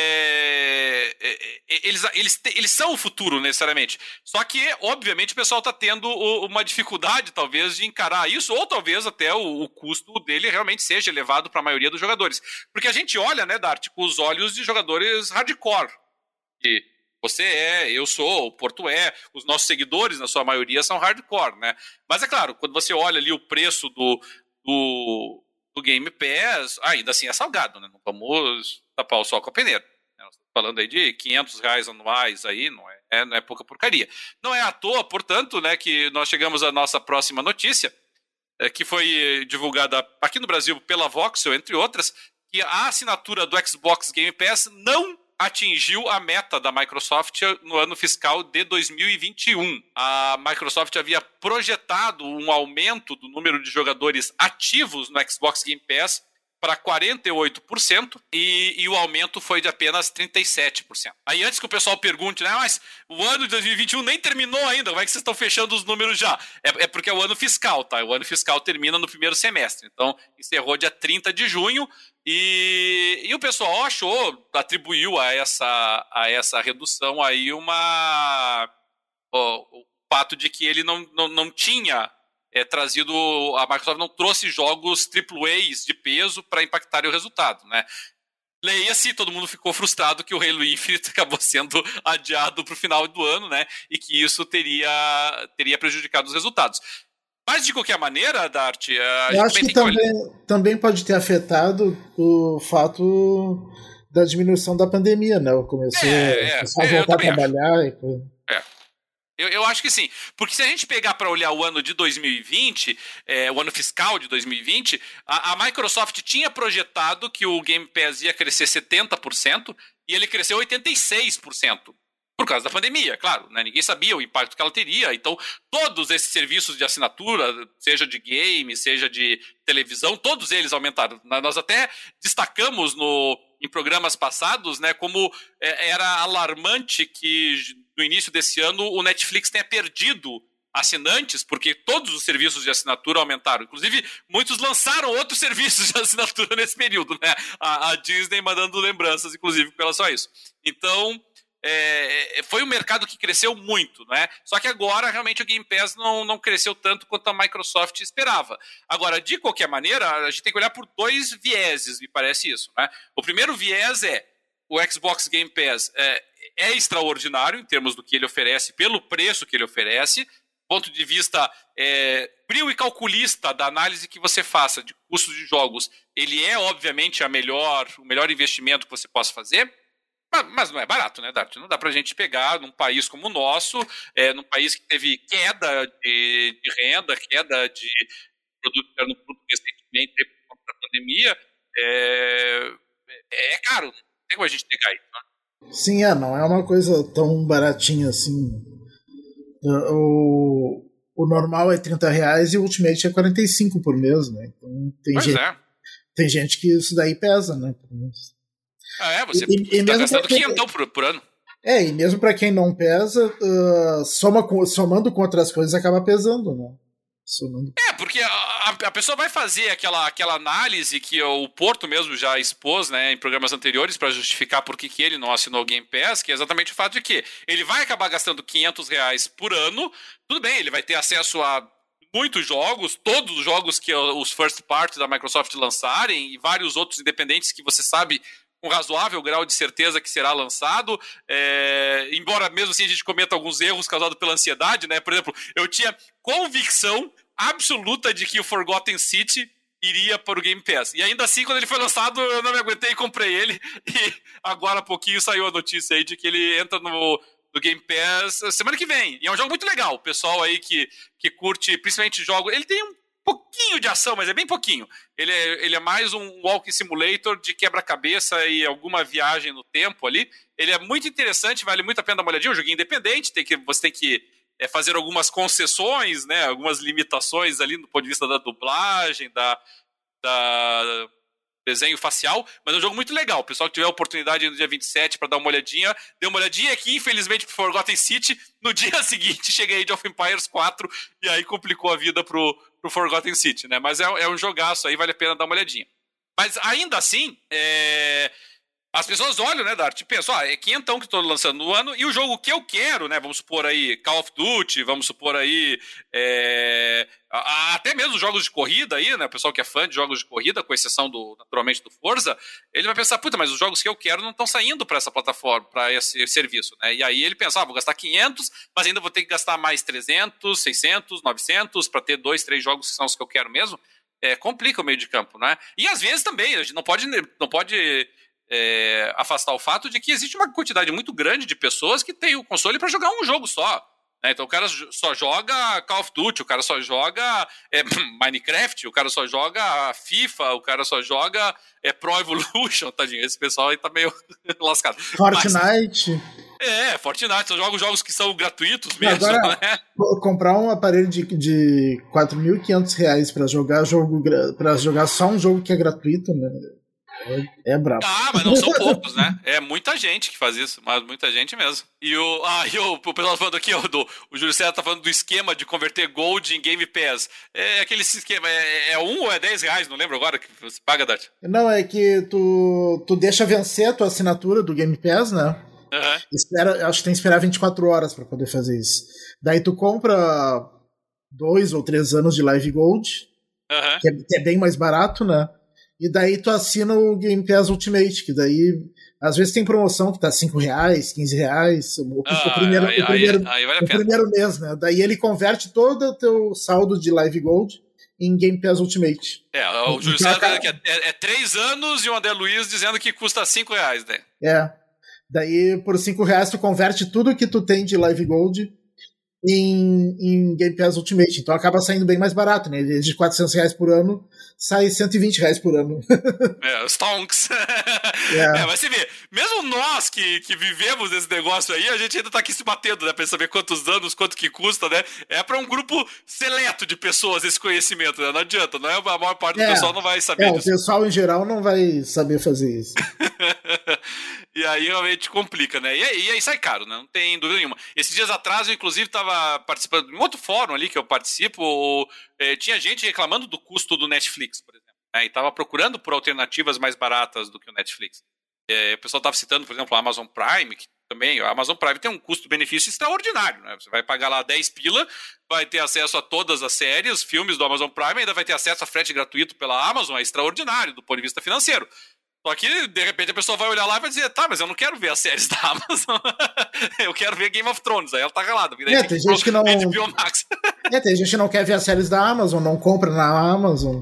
eles são o futuro, necessariamente. Só que, obviamente, o pessoal está tendo uma dificuldade, talvez, de encarar isso, ou talvez até o custo dele realmente seja elevado para a maioria dos jogadores. Porque a gente olha, né, Dart, com os olhos de jogadores hardcore, que você eu sou, o Porto os nossos seguidores, na sua maioria, são hardcore, né? Mas é claro, quando você olha ali o preço do Game Pass, ainda assim é salgado, né? Não vamos tapar o sol com a peneira. Nós estamos falando aí de R$500 anuais, aí não é pouca porcaria. Não é à toa, portanto, né, que nós chegamos à nossa próxima notícia, que foi divulgada aqui no Brasil pela Voxel, entre outras, que a assinatura do Xbox Game Pass não atingiu a meta da Microsoft no ano fiscal de 2021. A Microsoft havia projetado um aumento do número de jogadores ativos no Xbox Game Pass para 48% e o aumento foi de apenas 37%. Aí antes que o pessoal pergunte, né, mas o ano de 2021 nem terminou ainda, como é que vocês estão fechando os números já? É porque é o ano fiscal, tá? O ano fiscal termina no primeiro semestre, então encerrou dia 30 de junho e o pessoal atribuiu a essa redução aí o fato de que ele não tinha trazido, a Microsoft não trouxe jogos AAAs de peso para impactar o resultado, né? Leia-se, todo mundo ficou frustrado que o Halo Infinite acabou sendo adiado para o final do ano, né? E que isso teria prejudicado os resultados. Mas, de qualquer maneira, Dart, eu acho que também pode ter afetado o fato da diminuição da pandemia, né? Começou a voltar a trabalhar. Eu acho que sim, porque se a gente pegar para olhar o ano de 2020, o ano fiscal de 2020, a Microsoft tinha projetado que o Game Pass ia crescer 70% e ele cresceu 86%. Por causa da pandemia, claro, né? Ninguém sabia o impacto que ela teria. Então, todos esses serviços de assinatura, seja de game, seja de televisão, todos eles aumentaram. Nós até destacamos em programas passados, né, como era alarmante que no início desse ano o Netflix tenha perdido assinantes, porque todos os serviços de assinatura aumentaram. Inclusive, muitos lançaram outros serviços de assinatura nesse período, né? A Disney mandando lembranças, inclusive, com relação a isso. Então, foi um mercado que cresceu muito, né? Só que agora, realmente, o Game Pass não cresceu tanto quanto a Microsoft esperava. Agora, de qualquer maneira, a gente tem que olhar por 2 vieses, me parece isso, né? O primeiro viés o Xbox Game Pass é extraordinário em termos do que ele oferece, pelo preço que ele oferece, ponto de vista frio e calculista da análise que você faça de custos de jogos. Ele é, obviamente, o melhor investimento que você possa fazer. Mas não é barato, né, Dart? Não dá pra gente pegar num país como o nosso, num país que teve queda de renda, queda de produto interno bruto recentemente por conta da pandemia. É caro, não tem como a gente negar isso, né? Sim, não é uma coisa tão baratinha assim. O normal é R$30 e o Ultimate é 45 por mês, né? Então tem gente que isso daí pesa, né? Você está gastando 500 por ano. E mesmo para quem não pesa, somando com outras coisas acaba pesando, né? Porque a pessoa vai fazer aquela análise que o Porto mesmo já expôs, né, em programas anteriores para justificar por que ele não assinou o Game Pass, que é exatamente o fato de que ele vai acabar gastando R$500 por ano. Tudo bem, ele vai ter acesso a muitos jogos, todos os jogos que os first party da Microsoft lançarem e vários outros independentes que você sabe com razoável grau de certeza que será lançado, embora mesmo assim a gente cometa alguns erros causados pela ansiedade, né? Por exemplo, eu tinha convicção absoluta de que o Forgotten City iria para o Game Pass. E ainda assim, quando ele foi lançado, eu não me aguentei e comprei ele. E agora há pouquinho saiu a notícia aí de que ele entra no Game Pass semana que vem. E é um jogo muito legal. O pessoal aí que curte, principalmente jogos... Ele tem um pouquinho de ação, mas é bem pouquinho. Ele é mais um walking simulator de quebra-cabeça e alguma viagem no tempo ali. Ele é muito interessante, vale muito a pena dar uma olhadinha. É um joguinho independente, você tem que fazer algumas concessões, né, algumas limitações ali do ponto de vista da dublagem, da desenho facial, mas é um jogo muito legal. O pessoal que tiver a oportunidade no dia 27 para dar uma olhadinha, dê uma olhadinha aqui, infelizmente, pro Forgotten City. No dia seguinte, chega Age of Empires 4 e aí complicou a vida pro Forgotten City, né? Mas é um jogaço aí, vale a pena dar uma olhadinha. Mas ainda assim, as pessoas olham, né, Dart, e pensam, é quinhentão que estou lançando no ano, e o jogo que eu quero, né, vamos supor aí Call of Duty, vamos supor aí até mesmo jogos de corrida aí, né, o pessoal que é fã de jogos de corrida, com exceção naturalmente do Forza, ele vai pensar, puta, mas os jogos que eu quero não estão saindo para essa plataforma, para esse serviço, né, e aí ele pensa, vou gastar 500, mas ainda vou ter que gastar mais 300, 600, 900 para ter 2, 3 jogos que são os que eu quero mesmo. Complica o meio de campo, né, e às vezes também, a gente não pode afastar o fato de que existe uma quantidade muito grande de pessoas que tem o console para jogar um jogo só. Né? Então o cara só joga Call of Duty, o cara só joga Minecraft, o cara só joga FIFA, o cara só joga Pro Evolution, tadinho. Esse pessoal aí tá meio lascado. Fortnite. Fortnite, só joga jogos que são gratuitos mesmo. Agora, né? Comprar um aparelho de R$4.500 para jogar só um jogo que é gratuito, né? É brabo. Mas não são poucos, né? É muita gente que faz isso, mas muita gente mesmo. E o pessoal falando aqui, o Júlio César tá falando do esquema de converter Gold em Game Pass. Aquele esquema, é 1 ou é R$10, não lembro agora, que você paga, Dart? Não, é que tu deixa vencer a tua assinatura do Game Pass, né? Uhum. Acho que tem que esperar 24 horas pra poder fazer isso. Daí tu compra 2 ou 3 anos de Live Gold, que é bem mais barato, né? E daí tu assina o Game Pass Ultimate, que daí às vezes tem promoção que tá R$5, R$15 o primeiro mês, né? Daí ele converte todo o teu saldo de Live Gold em Game Pass Ultimate. O Júlio César dizendo que é 3 anos e o André Luiz dizendo que custa R$5, né? Daí por R$5 tu converte tudo que tu tem de Live Gold em Game Pass Ultimate, então acaba saindo bem mais barato, né? De R$400 por ano sai R$120 por ano. Stonks. Mas você vê, mesmo nós que vivemos esse negócio aí, a gente ainda tá aqui se batendo, né? Pra saber quantos anos, quanto que custa, né? É pra um grupo seleto de pessoas esse conhecimento, né? Não adianta, não é? A maior parte do pessoal não vai saber disso. O pessoal em geral não vai saber fazer isso. E aí realmente complica, né? E aí sai caro, né? Não tem dúvida nenhuma. Esses dias atrás eu, inclusive, estava participando de um outro fórum ali que eu participo. Tinha gente reclamando do custo do Netflix, por exemplo. E estava procurando por alternativas mais baratas do que o Netflix. O pessoal estava citando, por exemplo, a Amazon Prime, que também. A Amazon Prime tem um custo-benefício extraordinário, né? Você vai pagar lá 10 pila, vai ter acesso a todas as séries, filmes do Amazon Prime, ainda vai ter acesso a frete gratuito pela Amazon, é extraordinário do ponto de vista financeiro. Só que, de repente, a pessoa vai olhar lá e vai dizer, tá, mas eu não quero ver as séries da Amazon. Eu quero ver Game of Thrones. Aí ela tá calada. Tem gente que não... HBO Max. Tem gente que não quer ver as séries da Amazon, não compra na Amazon.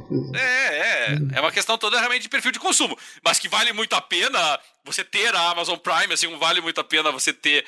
É uma questão toda realmente de perfil de consumo. Mas que vale muito a pena você ter a Amazon Prime, assim, vale muito a pena você ter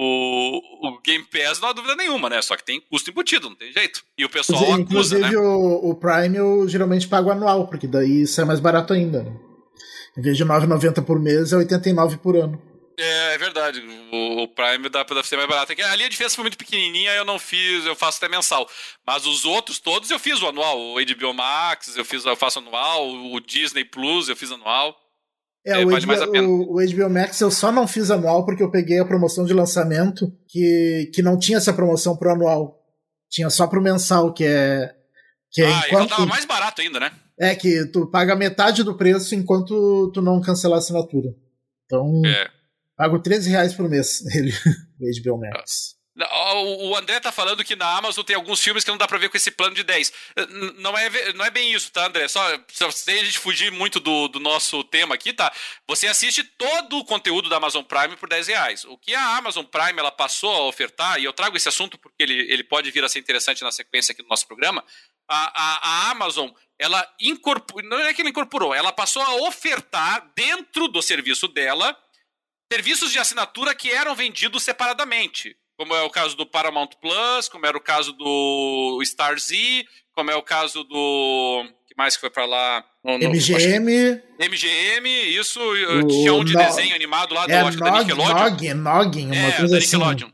o Game Pass, não há dúvida nenhuma, né? Só que tem custo embutido, não tem jeito. E o pessoal acusa, inclusive, né? o Prime eu geralmente pago anual, porque daí isso é mais barato ainda, né? Em vez de R$ 9,90 por mês, é R$ 89 por ano. É verdade. O Prime dá pra ser mais barato. A linha de diferença foi muito pequenininha, eu não fiz, eu faço até mensal. Mas os outros todos eu fiz o anual. O HBO Max, eu faço anual. O Disney Plus, eu fiz anual. Vale mais a pena. O HBO Max eu só não fiz anual porque eu peguei a promoção de lançamento que não tinha essa promoção pro anual. Tinha só pro mensal, que é então tava mais barato ainda, né? É que tu paga metade do preço enquanto tu não cancelar a assinatura. Então, pago R$13 por mês nele, HBO Max. O André tá falando que na Amazon tem alguns filmes que não dá pra ver com esse plano de 10. Não é bem isso, tá, André? Só sem a gente fugir muito do nosso tema aqui, tá? Você assiste todo o conteúdo da Amazon Prime por R$10. O que a Amazon Prime ela passou a ofertar, e eu trago esse assunto porque ele pode vir a ser interessante na sequência aqui do nosso programa, a Amazon, ela incorporou, não é que ela incorporou, ela passou a ofertar dentro do serviço dela serviços de assinatura que eram vendidos separadamente. Como é o caso do Paramount Plus, como era o caso do Starz, como é o caso do... que mais que foi pra lá? MGM. MGM, isso. Tinha um de desenho animado lá da Nickelodeon. Noggin, uma coisa assim. Nickelodeon.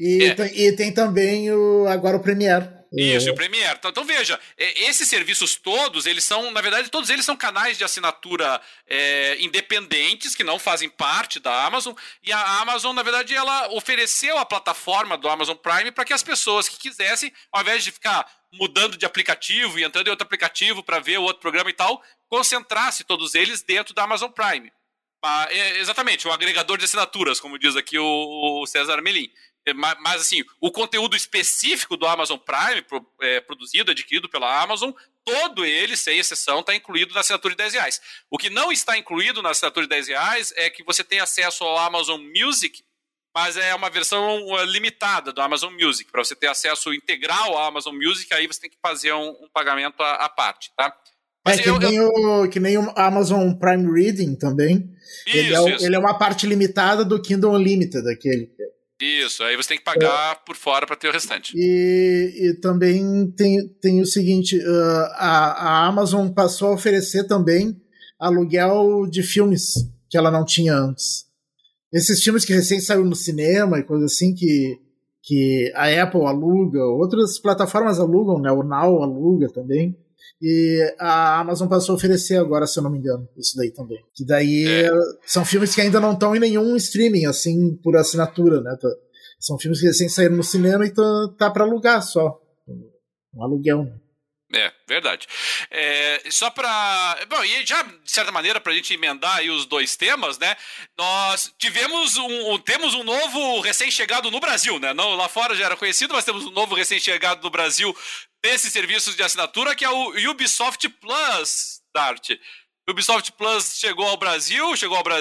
E tem também agora o Premiere. Isso, o Premiere. Então veja, esses serviços todos, eles são, na verdade, todos eles são canais de assinatura independentes, que não fazem parte da Amazon, e a Amazon, na verdade, ela ofereceu a plataforma do Amazon Prime para que as pessoas que quisessem, ao invés de ficar mudando de aplicativo e entrando em outro aplicativo para ver o outro programa e tal, concentrasse todos eles dentro da Amazon Prime. Exatamente, o agregador de assinaturas, como diz aqui o César Melim. Mas, assim, o conteúdo específico do Amazon Prime, produzido, adquirido pela Amazon, todo ele, sem exceção, está incluído na assinatura de R$10. O que não está incluído na assinatura de R$10 é que você tem acesso ao Amazon Music, mas é uma versão limitada do Amazon Music. Para você ter acesso integral ao Amazon Music, aí você tem que fazer um pagamento à parte, tá? Mas que nem o Amazon Prime Reading também. Isso. Ele é uma parte limitada do Kindle Unlimited, aquele. Isso, aí você tem que pagar por fora para ter o restante. E também tem o seguinte, a Amazon passou a oferecer também aluguel de filmes que ela não tinha antes. Esses filmes que recém saíram no cinema e coisa assim que a Apple aluga, outras plataformas alugam, né? O Now aluga também. E a Amazon passou a oferecer agora, se eu não me engano, isso daí também. Que daí são filmes que ainda não estão em nenhum streaming, assim, por assinatura, né? São filmes que recém saíram no cinema e tá pra alugar só. Um aluguel, né? Verdade. Só para... Bom, e já, de certa maneira, para a gente emendar aí os dois temas, né? Nós temos um novo recém-chegado no Brasil, né? Não, lá fora já era conhecido, mas temos um novo recém-chegado no Brasil desses serviços de assinatura, que é o Ubisoft Plus, Dart. O Ubisoft Plus chegou ao Brasil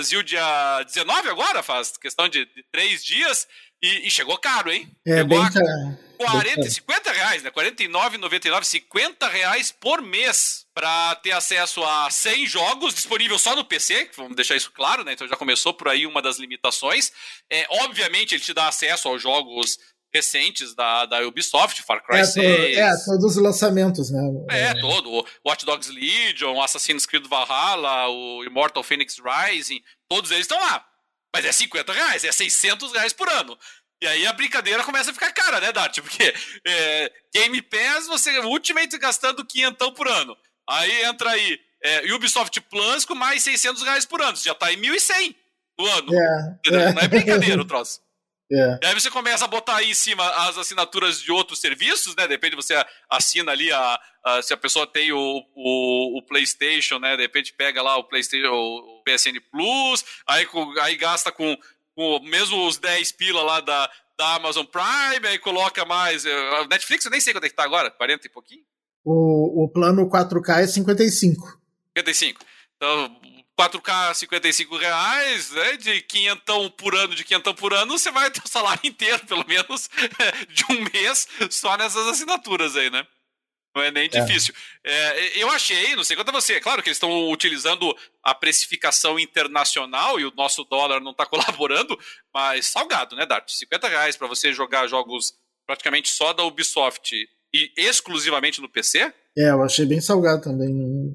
dia 19 agora, faz questão de 3 dias, e chegou caro, hein? Chegou bem caro. 50 reais, né? R$49,99, 50 reais por mês para ter acesso a 100 jogos, disponível só no PC, vamos deixar isso claro, né? Então já começou por aí uma das limitações. Obviamente ele te dá acesso aos jogos recentes da Ubisoft, Far Cry 6. Todos os lançamentos, né? Todo. Watch Dogs Legion, Assassin's Creed Valhalla, o Immortal Phoenix Rising, todos eles estão lá. Mas é 50 reais, é 600 reais por ano. E aí a brincadeira começa a ficar cara, né, Dart? Porque Game Pass, você Ultimate gastando 500 por ano. Aí entra aí Ubisoft Plus com mais 600 reais por ano. Você já tá em 1.100 no ano. Não é brincadeira o troço. E aí você começa a botar aí em cima as assinaturas de outros serviços, né? Depende, você assina ali se a pessoa tem o PlayStation, né? De repente pega lá o PlayStation, o PSN Plus, aí gasta com com mesmo os 10 pila lá da Amazon Prime, aí coloca mais. A Netflix eu nem sei quanto é que tá agora, 40 e pouquinho? O plano 4K é 55. 55. Então, 4K, 55 reais, né, de quinhentão por ano, você vai ter o salário inteiro, pelo menos, de um mês, só nessas assinaturas aí, né? Não é nem difícil. Eu achei, não sei quanto é você, é claro que eles estão utilizando a precificação internacional e o nosso dólar não está colaborando, mas salgado, né, Dart? 50 reais para você jogar jogos praticamente só da Ubisoft e exclusivamente no PC? Eu achei bem salgado também.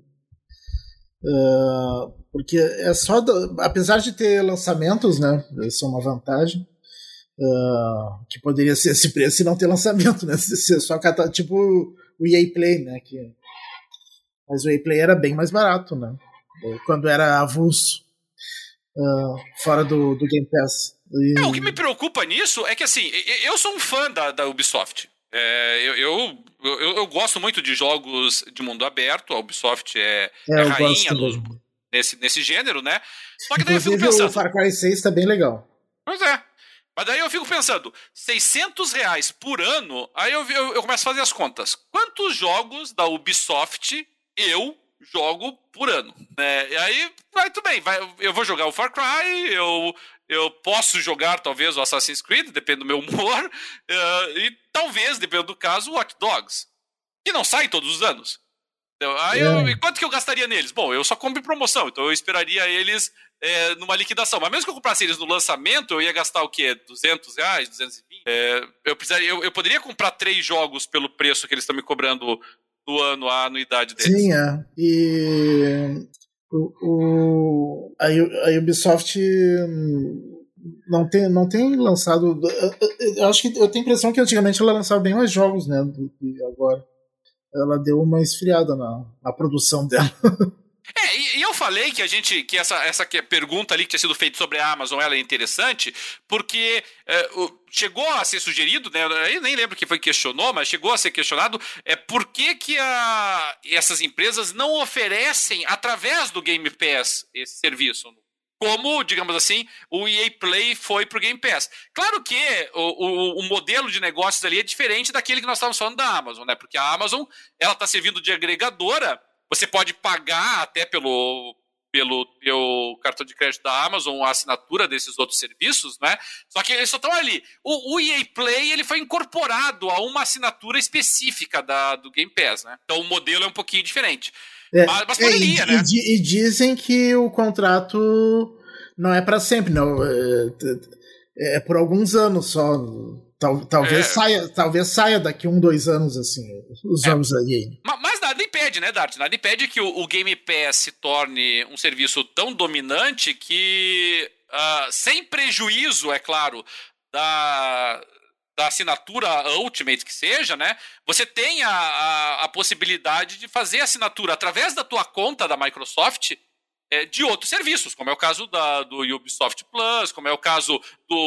Porque é só. Apesar de ter lançamentos, né? Isso é uma vantagem. Que poderia ser esse preço e não ter lançamento, né? Se só catar, tipo o EA Play, né? Mas o EA Play era bem mais barato, né? Quando era avulso, fora do Game Pass. O que me preocupa nisso é que, assim, eu sou um fã da Ubisoft. Eu gosto muito de jogos de mundo aberto. A Ubisoft é rainha nesse gênero, né? Só que daí inclusive, eu fico pensando... o Far Cry 6 tá bem legal. Pois é. Mas daí eu fico pensando, 600 reais por ano, aí eu começo a fazer as contas. Quantos jogos da Ubisoft eu jogo por ano? E aí, vai tudo bem. Eu vou jogar o Far Cry, eu posso jogar talvez o Assassin's Creed, depende do meu humor, e talvez, dependendo do caso, o Watch Dogs, que não sai todos os anos. Então, e quanto que eu gastaria neles? Bom, eu só compro em promoção, então eu esperaria eles numa liquidação. Mas mesmo que eu comprasse eles no lançamento, eu ia gastar o quê? 200 reais, 220? Eu poderia comprar 3 jogos pelo preço que eles estão me cobrando no ano, a anuidade deles. Sim, E a Ubisoft não tem lançado. Eu acho que eu tenho a impressão que antigamente ela lançava bem mais jogos, né? Do que agora. Ela deu uma esfriada na produção dela. E eu falei que essa pergunta ali que tinha sido feita sobre a Amazon, ela é interessante, porque chegou a ser sugerido, né, eu nem lembro quem foi que questionou, mas chegou a ser questionado, por que essas empresas não oferecem, através do Game Pass, esse serviço, como, digamos assim, o EA Play foi pro Game Pass. Claro que o modelo de negócios ali é diferente daquele que nós estávamos falando da Amazon, né? Porque a Amazon, ela está servindo de agregadora. Você pode pagar até pelo cartão de crédito da Amazon a assinatura desses outros serviços, né? Só que eles só estão ali. O EA Play, ele foi incorporado a uma assinatura específica do Game Pass, né? Então o modelo é um pouquinho diferente. Mas poderia, né? E dizem que o contrato não é para sempre, não. É por alguns anos só. Talvez saia daqui 2 anos, assim, os jogos aí. Mas nada impede, né, Dart? Nada impede que o Game Pass se torne um serviço tão dominante que, sem prejuízo, é claro, da assinatura Ultimate que seja, né? Você tem a possibilidade de fazer assinatura através da tua conta da Microsoft de outros serviços, como é o caso do Ubisoft Plus, como é o caso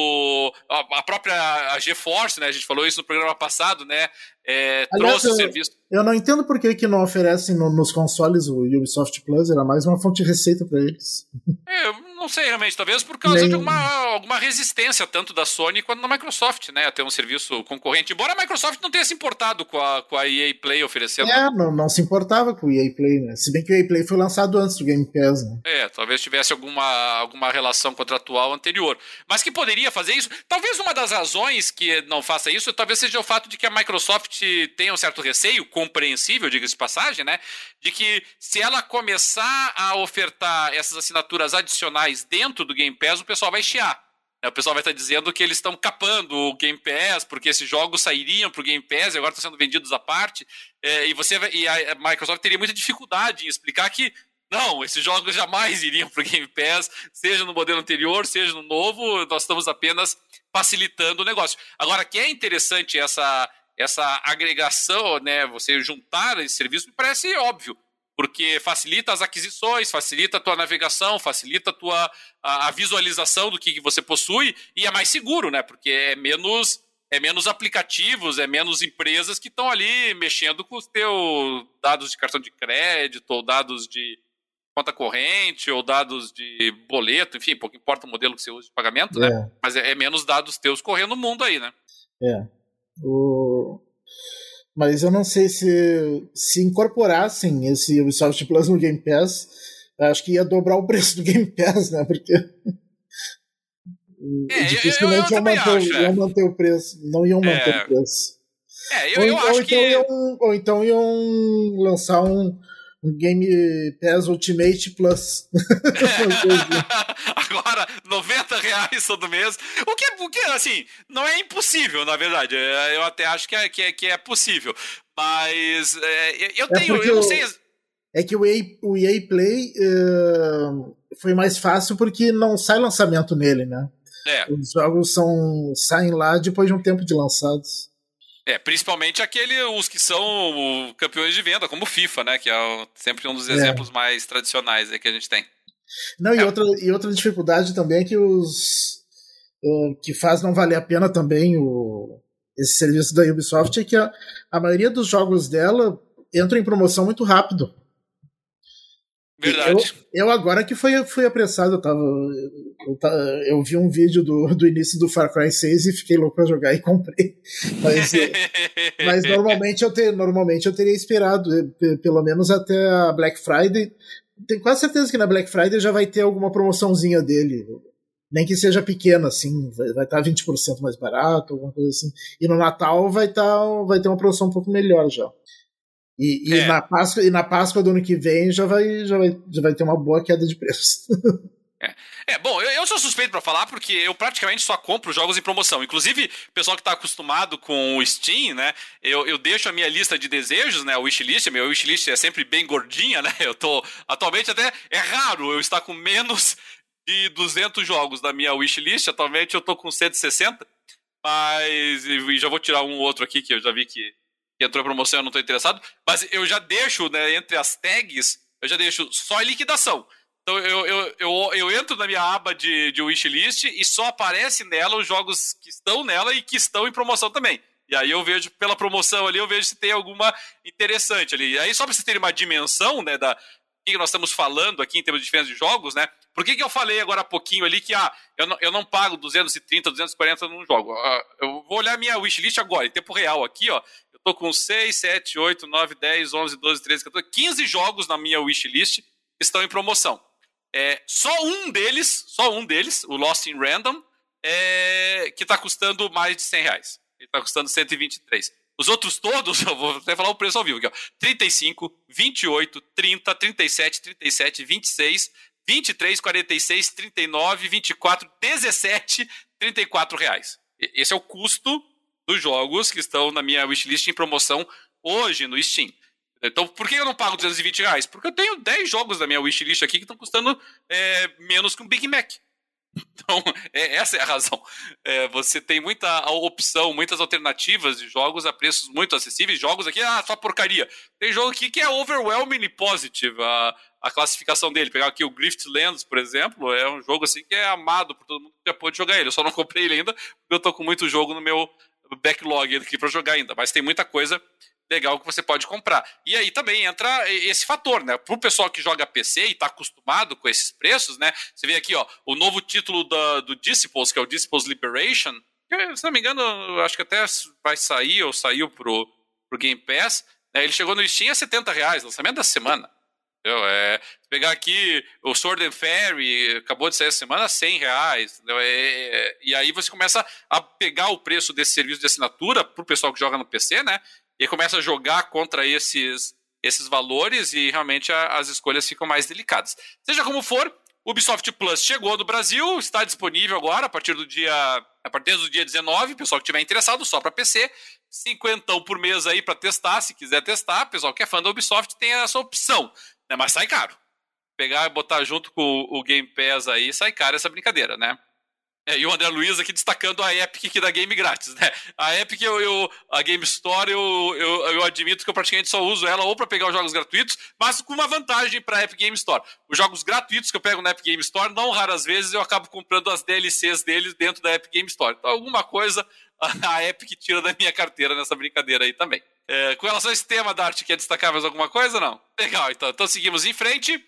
a própria GeForce, né? A gente falou isso no programa passado, né? Trouxe o serviço. Eu não entendo por que não oferecem nos consoles o Ubisoft Plus, era mais uma fonte de receita para eles. Eu não sei realmente, talvez por causa de alguma resistência tanto da Sony quanto da Microsoft, né, a ter um serviço concorrente. Embora a Microsoft não tenha se importado com a EA Play oferecendo. Não se importava com o EA Play, né? Se bem que o EA Play foi lançado antes do Game Pass, né? Talvez tivesse alguma relação contratual anterior. Mas que poderia fazer isso. Talvez uma das razões que não faça isso, talvez seja o fato de que a Microsoft tenha um certo receio, compreensível, diga-se de passagem, né? De que se ela começar a ofertar essas assinaturas adicionais dentro do Game Pass, o pessoal vai chiar. O pessoal vai estar dizendo que eles estão capando o Game Pass, porque esses jogos sairiam para o Game Pass e agora estão sendo vendidos à parte. E a Microsoft teria muita dificuldade em explicar que não, esses jogos jamais iriam para o Game Pass, seja no modelo anterior, seja no novo, nós estamos apenas facilitando o negócio. Agora, que é interessante essa agregação, né, você juntar esse serviço, me parece óbvio, porque facilita as aquisições, facilita a tua navegação, facilita a visualização do que você possui e é mais seguro, né, porque é menos aplicativos, é menos empresas que estão ali mexendo com os teus dados de cartão de crédito ou dados de conta corrente ou dados de boleto, enfim, pouco importa o modelo que você usa de pagamento, né? Mas é menos dados teus correndo no mundo aí, né? Mas eu não sei se incorporassem esse Ubisoft Plus no Game Pass, acho que ia dobrar o preço do Game Pass, né? Porque dificilmente iam manter o preço. Não iam manter o preço. Ou então iam lançar um Game Pass Ultimate Plus. Agora, R$90 todo mês. O que, assim, não é impossível, na verdade. Eu até acho que é possível. Mas eu não sei. É que o EA Play foi mais fácil porque não sai lançamento nele, né? Os jogos saem lá depois de um tempo de lançados. Principalmente os que são campeões de venda, como o FIFA, né? Que é sempre um dos exemplos mais tradicionais que a gente tem. Não, e outra dificuldade também é que que faz não valer a pena também esse serviço da Ubisoft é que a maioria dos jogos dela entra em promoção muito rápido. Verdade. Eu agora que fui apressado, eu vi um vídeo do início do Far Cry 6 e fiquei louco pra jogar e comprei. Mas normalmente eu teria esperado pelo menos até a Black Friday. Tenho quase certeza que na Black Friday já vai ter alguma promoçãozinha dele. Nem que seja pequena, assim, vai estar 20% mais barato, alguma coisa assim. E no Natal vai ter uma promoção um pouco melhor já. Na Páscoa do ano que vem já vai ter uma boa queda de preço. Bom, eu sou suspeito pra falar porque eu praticamente só compro jogos em promoção. Inclusive, o pessoal que tá acostumado com o Steam, né? Eu deixo a minha lista de desejos, né? O wishlist, meu wishlist é sempre bem gordinha, né? Atualmente até é raro eu estar com menos de 200 jogos na minha wishlist. Atualmente eu tô com 160, mas já vou tirar um ou outro aqui que eu já vi que entrou em promoção, eu não tô interessado. Mas eu já deixo, né, entre as tags, eu já deixo só em liquidação. Então eu entro na minha aba de wishlist e só aparece nela os jogos que estão nela e que estão em promoção também. E aí eu vejo pela promoção ali, eu vejo se tem alguma interessante ali. E aí só pra vocês terem uma dimensão, né, da que nós estamos falando aqui em termos de diferença de jogos, né? Por que eu falei agora há pouquinho ali que eu não pago 230, 240 num jogo? Eu vou olhar minha wishlist agora, em tempo real aqui, ó. Eu tô com 6, 7, 8, 9, 10, 11, 12, 13, 14, 15 jogos na minha wishlist estão em promoção. Só um deles, o Lost in Random, que tá custando mais de R$100. Ele tá custando 123. Os outros todos, eu vou até falar o preço ao vivo aqui, ó. 35, 28, 30, 37, 37, 26, 23, 46, 39, 24, 17, R$34. Esse é o custo dos jogos que estão na minha wishlist em promoção hoje no Steam. Então, por que eu não pago R$220? Porque eu tenho 10 jogos da minha wishlist aqui que estão custando menos que um Big Mac. Então, essa é a razão. Você tem muita opção, muitas alternativas de jogos a preços muito acessíveis. Jogos aqui, só porcaria. Tem jogo aqui que é overwhelmingly positive, a classificação dele. Pegar aqui o Griftlands, por exemplo, é um jogo assim que é amado por todo mundo que já pôde jogar ele. Eu só não comprei ele ainda, porque eu tô com muito jogo no meu backlog aqui para jogar ainda. Mas tem muita coisa legal que você pode comprar. E aí também entra esse fator, né? Pro pessoal que joga PC e tá acostumado com esses preços, né? Você vê aqui, ó, o novo título do Disciples, que é o Disciples Liberation, que, se não me engano, eu acho que até vai sair, ou saiu pro Game Pass, né? Ele chegou no Steam a R$70, lançamento da semana. Se pegar aqui o Sword and Fairy, acabou de sair essa semana, R$100. E aí você começa a pegar o preço desse serviço de assinatura pro pessoal que joga no PC, né? E começa a jogar contra esses valores e realmente as escolhas ficam mais delicadas. Seja como for, o Ubisoft Plus chegou no Brasil, está disponível agora a partir do dia 19, pessoal que estiver interessado, só para PC, R$50 por mês aí para testar, se quiser testar, pessoal que é fã da Ubisoft tem essa opção, né? Mas sai caro. Pegar e botar junto com o Game Pass aí, sai caro essa brincadeira, né? E o André Luiz aqui destacando a Epic que dá game grátis, né? A Epic, a Game Store, eu admito que eu praticamente só uso ela ou para pegar os jogos gratuitos, mas com uma vantagem para a Epic Game Store. Os jogos gratuitos que eu pego na Epic Game Store, não raras vezes eu acabo comprando as DLCs deles dentro da Epic Game Store. Então alguma coisa a Epic tira da minha carteira nessa brincadeira aí também. Com relação a esse tema, Dart, quer destacar mais alguma coisa ou não? Legal, então seguimos em frente.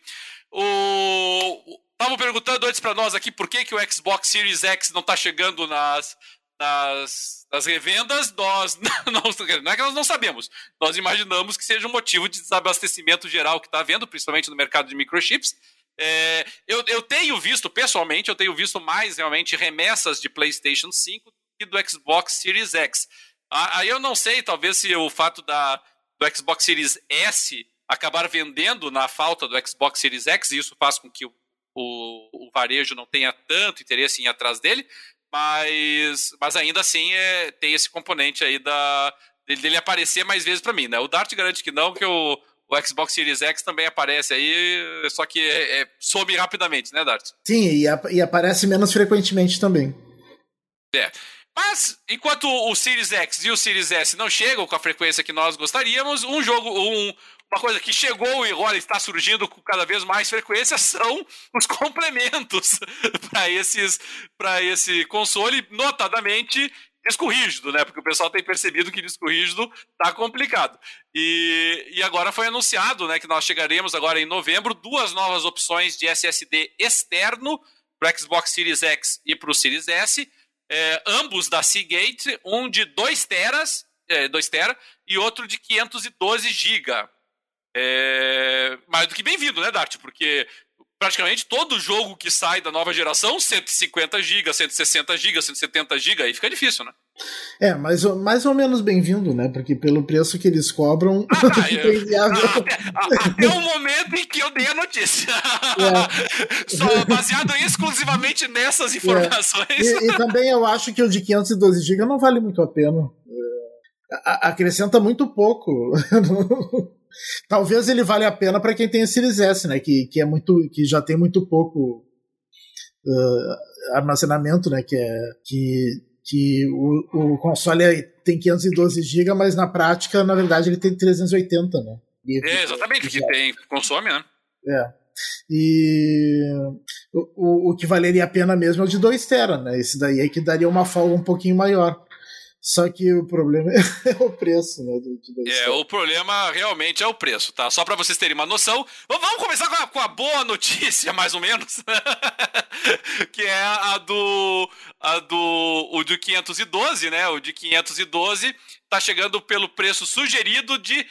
Estavam perguntando antes para nós aqui por que o Xbox Series X não está chegando nas revendas. Não é que nós não sabemos. Nós imaginamos que seja um motivo de desabastecimento geral que está havendo, principalmente no mercado de microchips. Eu tenho visto, pessoalmente, mais realmente remessas de PlayStation 5 que do Xbox Series X. Aí eu não sei, talvez se o fato do Xbox Series S acabar vendendo na falta do Xbox Series X, e isso faz com que o varejo não tenha tanto interesse em ir atrás dele, mas ainda assim tem esse componente aí dele aparecer mais vezes para mim, né? O Dart garante que não, que o Xbox Series X também aparece aí, só que some rapidamente, né, Dart? Sim, e aparece menos frequentemente também. Mas, enquanto o Series X e o Series S não chegam com a frequência que nós gostaríamos, uma coisa que chegou e agora está surgindo com cada vez mais frequência são os complementos para esse console, notadamente disco rígido, né? Porque o pessoal tem percebido que disco rígido tá complicado. E agora foi anunciado, né, que nós chegaremos agora em novembro 2 novas opções de SSD externo para o Xbox Series X e para o Series S, ambos da Seagate, um de 2 TB e outro de 512 GB. Mais do que bem-vindo, né, Dart? Porque praticamente todo jogo que sai da nova geração, 150 GB, 160 GB, 170 GB, aí fica difícil, né? Mais ou menos bem-vindo, né? Porque pelo preço que eles cobram, até o momento em que eu dei a notícia. Só baseado exclusivamente nessas informações. E também eu acho que o de 512 GB não vale muito a pena. Acrescenta muito pouco. Talvez ele valha a pena para quem tem a Series S, né? Que já tem muito pouco armazenamento, né? Que o console tem 512 GB, mas na prática, na verdade, ele tem 380, né? Exatamente, que consome, né? E o que valeria a pena mesmo é o de 2 TB, né? Esse daí é que daria uma folga um pouquinho maior. Só que o problema é o preço, né? O problema realmente é o preço, tá? Só para vocês terem uma noção. Vamos começar com a boa notícia, mais ou menos. Que é o de 512, né? O de 512 tá chegando pelo preço sugerido de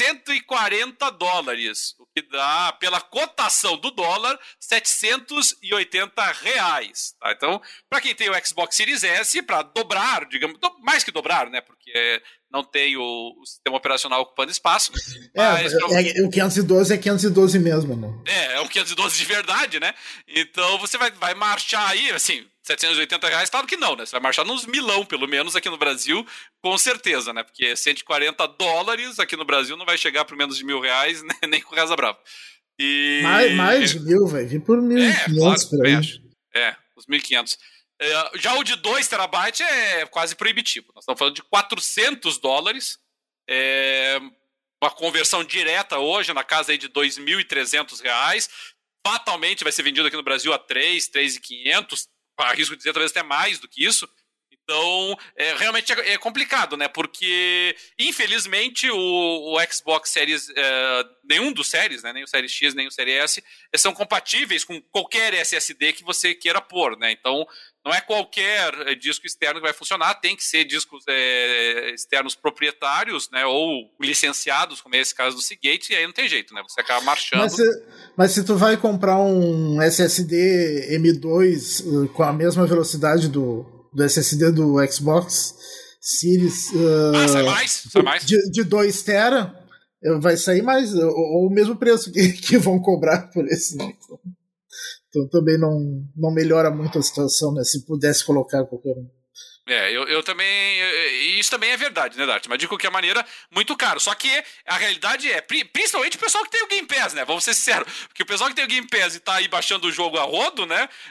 $140, o que dá, pela cotação do dólar, R$780. Tá? Então, para quem tem o Xbox Series S, para dobrar, digamos, mais que dobrar, né? Porque não tem o sistema operacional ocupando espaço. O 512 é 512 mesmo, né? É um 512 de verdade, né? Então você vai marchar aí, assim, R$780, claro que não, né? Você vai marchar nos milão, pelo menos aqui no Brasil, com certeza, né? Porque $140 aqui no Brasil não vai chegar por menos de R$1.000, nem com Casa Brava. Mais de 1.000, vai vir por 1.500 claro, por aí. Os 1.500. Já o de 2 TB é quase proibitivo. Nós estamos falando de $400. Uma conversão direta hoje na casa aí de R$2.300. Fatalmente vai ser vendido aqui no Brasil a $3.500. Arrisco dizer talvez até mais do que isso. Então, realmente é complicado, né? Porque, infelizmente, o Xbox Series, nenhum dos séries, né? Nem o Series X, nem o Series S, são compatíveis com qualquer SSD que você queira pôr, né? Então, não é qualquer disco externo que vai funcionar, tem que ser discos externos proprietários, né? Ou licenciados, como é esse caso do Seagate, e aí não tem jeito, né? Você acaba marchando. Mas se tu vai comprar um SSD M2 com a mesma velocidade do SSD do Xbox Series sai mais. De 2 TB, vai sair mais, ou o mesmo preço que vão cobrar por esse, né? Então também não melhora muito a situação, né? Se pudesse colocar qualquer um. Eu também. Isso também é verdade, né, Dart? Mas de qualquer maneira, muito caro. Só que a realidade principalmente o pessoal que tem o Game Pass, né? Vamos ser sinceros. Porque o pessoal que tem o Game Pass e tá aí baixando o jogo a rodo, né?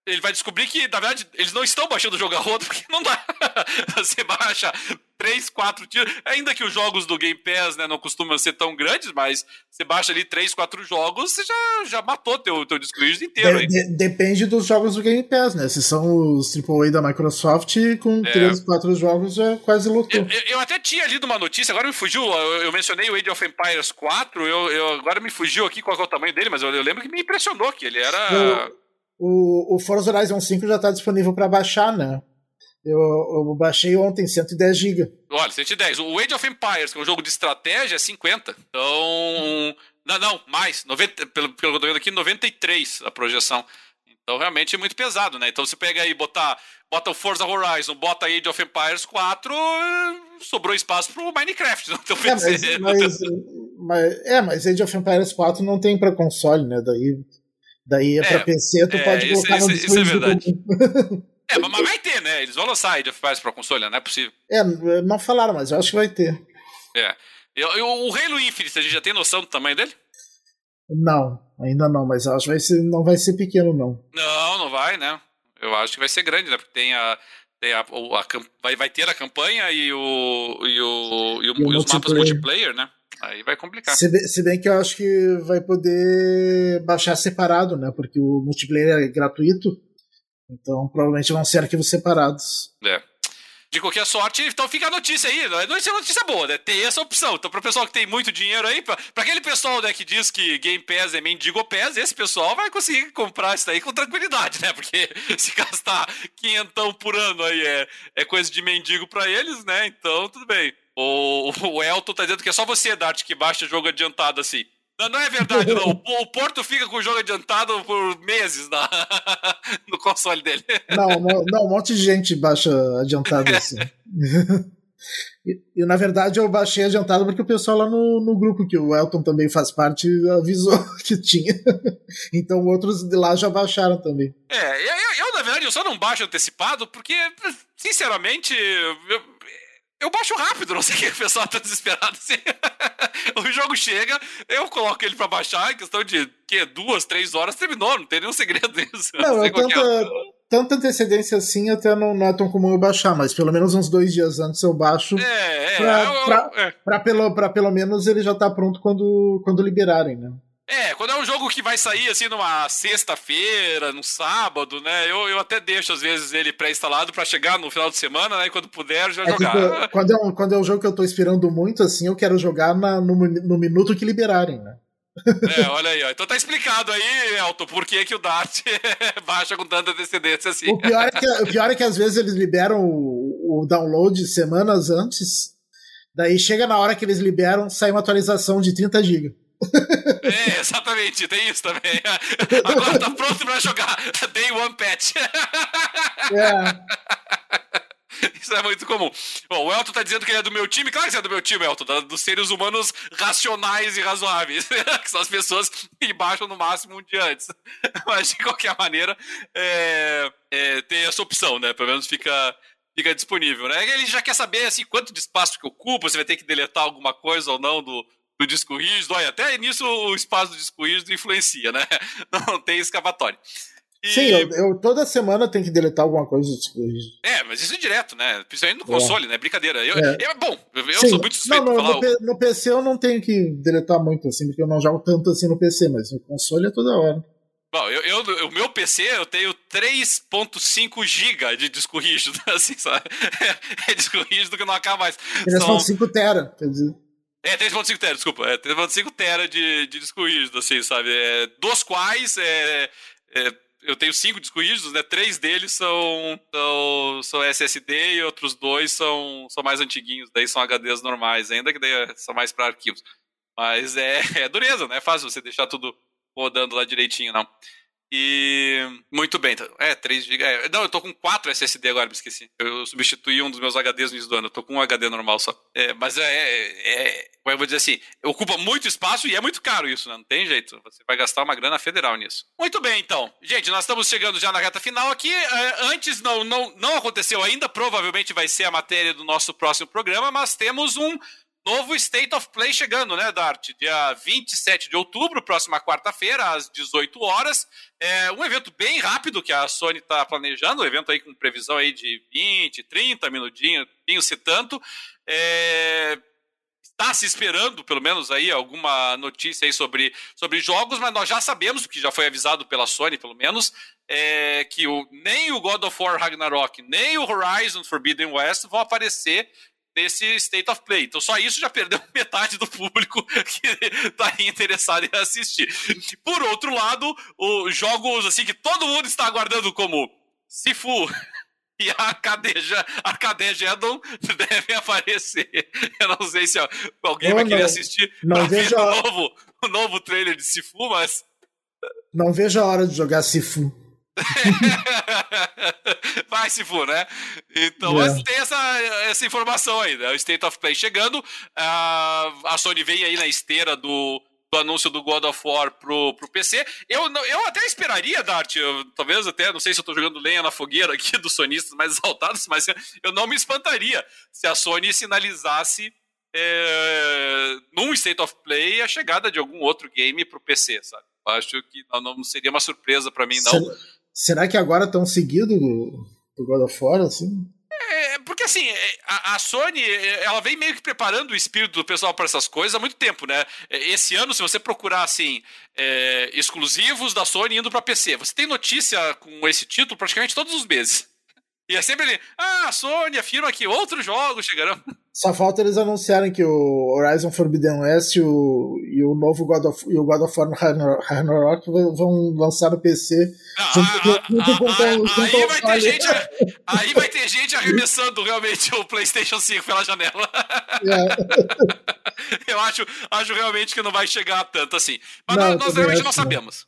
ele vai descobrir que, na verdade, eles não estão baixando o jogo a rodo, porque não dá. Você baixa 3, 4 tiros, ainda que os jogos do Game Pass, né, não costumam ser tão grandes, mas você baixa ali 3, 4 jogos, você já matou teu disco rígido inteiro. Depende dos jogos do Game Pass, né? Se são os AAA da Microsoft, com 3, 4 jogos já quase lotou. Eu até tinha lido uma notícia, agora me fugiu, eu mencionei o Age of Empires 4, agora me fugiu aqui qual é o tamanho dele, mas eu lembro que me impressionou que ele era... O Forza Horizon 5 já está disponível para baixar, né? Eu baixei ontem, 110 GB. Olha, 110. O Age of Empires, que é um jogo de estratégia, é 50. Então... Não, mais. 90, pelo que eu tô vendo aqui, 93 a projeção. Então, realmente é muito pesado, né? Então, você pega aí, bota o Forza Horizon, bota Age of Empires 4, sobrou espaço pro Minecraft no teu PC. Mas Age of Empires 4 não tem para console, né? Daí pra PC, tu pode colocar no isso é verdade. Mas vai ter, né? Eles vão lançar Age of Empires pra console, não é possível. Não falaram, mas eu acho que vai ter. O Halo Infinite, a gente já tem noção do tamanho dele? Não, ainda não, mas eu acho que não vai ser pequeno, não. Não vai, né? Eu acho que vai ser grande, né? Porque vai ter a campanha e os mapas multiplayer, né? Aí vai complicar. Se bem que eu acho que vai poder baixar separado, né? Porque o multiplayer é gratuito. Então provavelmente vão ser arquivos separados. De qualquer sorte, então fica a notícia aí. Não é notícia boa, né? Tem essa opção. Então, para o pessoal que tem muito dinheiro aí, para aquele pessoal, né, que diz que Game Pass é mendigo pass, esse pessoal vai conseguir comprar isso daí com tranquilidade, né? Porque se gastar 500 por ano aí é coisa de mendigo para eles, né? Então, tudo bem. O Elton tá dizendo que é só você, Dart, que baixa jogo adiantado assim. Não é verdade, não. O Porto fica com o jogo adiantado por meses no console dele. Não, um monte de gente baixa adiantado assim. E na verdade eu baixei adiantado porque o pessoal lá no grupo, que o Elton também faz parte, avisou que tinha. Então outros de lá já baixaram também. Eu na verdade, eu só não baixo antecipado porque, sinceramente... Eu baixo rápido, não sei que o pessoal tá desesperado assim. O jogo chega, eu coloco ele pra baixar, em questão de 2, 3 horas, terminou, não tem nenhum segredo nisso. Tanta antecedência assim até não é tão comum eu baixar, mas pelo menos uns 2 dias antes eu baixo pra pelo menos ele já tá pronto quando liberarem, né? Quando é um jogo que vai sair assim numa sexta-feira, no sábado, né? Eu até deixo às vezes ele pré-instalado pra chegar no final de semana, né? E quando puder já jogar. Quando é um jogo que eu tô esperando muito, assim, eu quero jogar no minuto que liberarem, né? Olha aí, ó. Então tá explicado aí, Elton, por que o Dart baixa com tanta antecedência assim. O pior é que às vezes eles liberam o download semanas antes, daí chega na hora que eles liberam, sai uma atualização de 30 GB. Exatamente, tem isso também. Agora tá pronto pra jogar Day One Patch. Isso é muito comum. Bom, o Elton tá dizendo que ele é do meu time. Claro que você é do meu time, Elton. Dos seres humanos racionais e razoáveis. Que são as pessoas que baixam no máximo um dia antes. Mas, de qualquer maneira, tem essa opção, né? Pelo menos fica disponível, né? Ele já quer saber, assim, quanto de espaço que ocupa, se vai ter que deletar alguma coisa ou não do disco rígido. Olha, até nisso o espaço do disco rígido influencia, né? Não tem escapatória. Sim, eu toda semana tenho que deletar alguma coisa do disco rígido. Mas isso é direto, né? Principalmente no console, né? Brincadeira. Eu sou muito suspeito pra falar. No PC eu não tenho que deletar muito, assim, porque eu não jogo tanto assim no PC, mas no console é toda hora. Bom, o meu PC, eu tenho 3.5 GB de disco rígido, assim, sabe? É disco rígido que não acaba mais. 3.5 tera, quer dizer. 3.5 tera, desculpa. 3.5 tera de disco rígido, assim, sabe? Dos quais eu tenho 5 discos rígidos, né? 3 deles são SSD e outros 2 são mais antiguinhos, daí são HDs normais, ainda que daí são mais para arquivos. Mas é dureza, não é fácil você deixar tudo rodando lá direitinho, não. E muito bem, 3 GB. Não, eu tô com 4 SSD agora, me esqueci. Eu substituí um dos meus HDs no início do ano. Eu tô com um HD normal só. Mas eu vou dizer assim, ocupa muito espaço e é muito caro isso, né? Não tem jeito. Você vai gastar uma grana federal nisso. Muito bem, então. Gente, nós estamos chegando já na reta final aqui. Antes, não aconteceu ainda. Provavelmente vai ser a matéria do nosso próximo programa, mas temos um novo State of Play chegando, né, Dart? Dia 27 de outubro, próxima quarta-feira, às 18 horas. É um evento bem rápido que a Sony está planejando, um evento aí com previsão aí de 20, 30 minutinhos, se tanto. Está se esperando, pelo menos, aí alguma notícia aí sobre jogos, mas nós já sabemos, porque já foi avisado pela Sony, pelo menos, que nem o God of War Ragnarok, nem o Horizon Forbidden West vão aparecer nesse State of Play. Então só isso já perdeu metade do público que está interessado em assistir. Por outro lado, os jogos assim que todo mundo está aguardando, como Sifu e a Arcadegeddon devem aparecer. Eu não sei se alguém vai querer assistir para ver o novo trailer de Sifu, mas... Não vejo a hora de jogar Sifu. Vai, Sifu, né? Então, mas tem essa informação aí, né? O State of Play chegando. A Sony veio aí na esteira do anúncio do God of War pro PC. Eu até esperaria, Dart, talvez até, não sei se eu tô jogando lenha na fogueira aqui dos sonistas mais exaltados, mas eu não me espantaria se a Sony sinalizasse num State of Play a chegada de algum outro game pro PC, sabe? Acho que não seria uma surpresa pra mim, não. Será que agora estão seguindo do God of War, assim? Porque assim, a Sony, ela vem meio que preparando o espírito do pessoal para essas coisas há muito tempo, né? Esse ano, se você procurar, assim, exclusivos da Sony indo para PC, você tem notícia com esse título praticamente todos os meses. E é sempre ali, a Sony afirma que outros jogos chegarão. Só falta eles anunciarem que o Horizon Forbidden West e o novo God of War Ragnarok vão lançar no PC. Aí vai ter gente arremessando realmente o PlayStation 5 pela janela. Eu acho realmente que não vai chegar a tanto assim. Mas nós realmente não sabemos.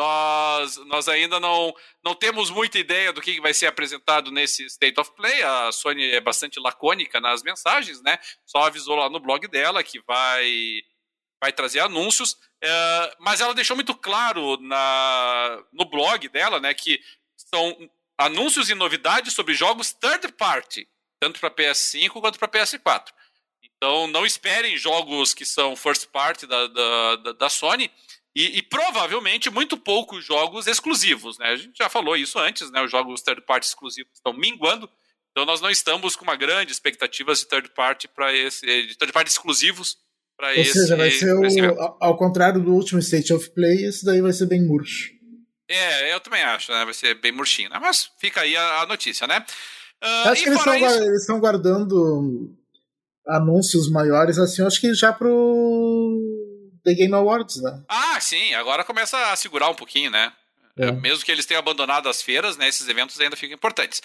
Nós ainda não temos muita ideia do que vai ser apresentado nesse State of Play. A Sony é bastante lacônica nas mensagens, né? Só avisou lá no blog dela que vai trazer anúncios, mas ela deixou muito claro no blog dela, né, que são anúncios e novidades sobre jogos third party, tanto para PS5 quanto para PS4. Então não esperem jogos que são first party da Sony. E provavelmente muito poucos jogos exclusivos, né? A gente já falou isso antes, né? Os jogos third party exclusivos estão minguando, então nós não estamos com uma grande expectativa de third party exclusivos para esse. Ou seja, vai ser ao contrário do último State of Play, esse daí vai ser bem murcho. Eu também acho, né? Vai ser bem murchinho, né? Mas fica aí a notícia, né? Acho que eles estão guardando anúncios maiores, assim, acho que já pro The Game Awards, né? Sim, agora começa a segurar um pouquinho, né? Mesmo que eles tenham abandonado as feiras, né? Esses eventos ainda ficam importantes.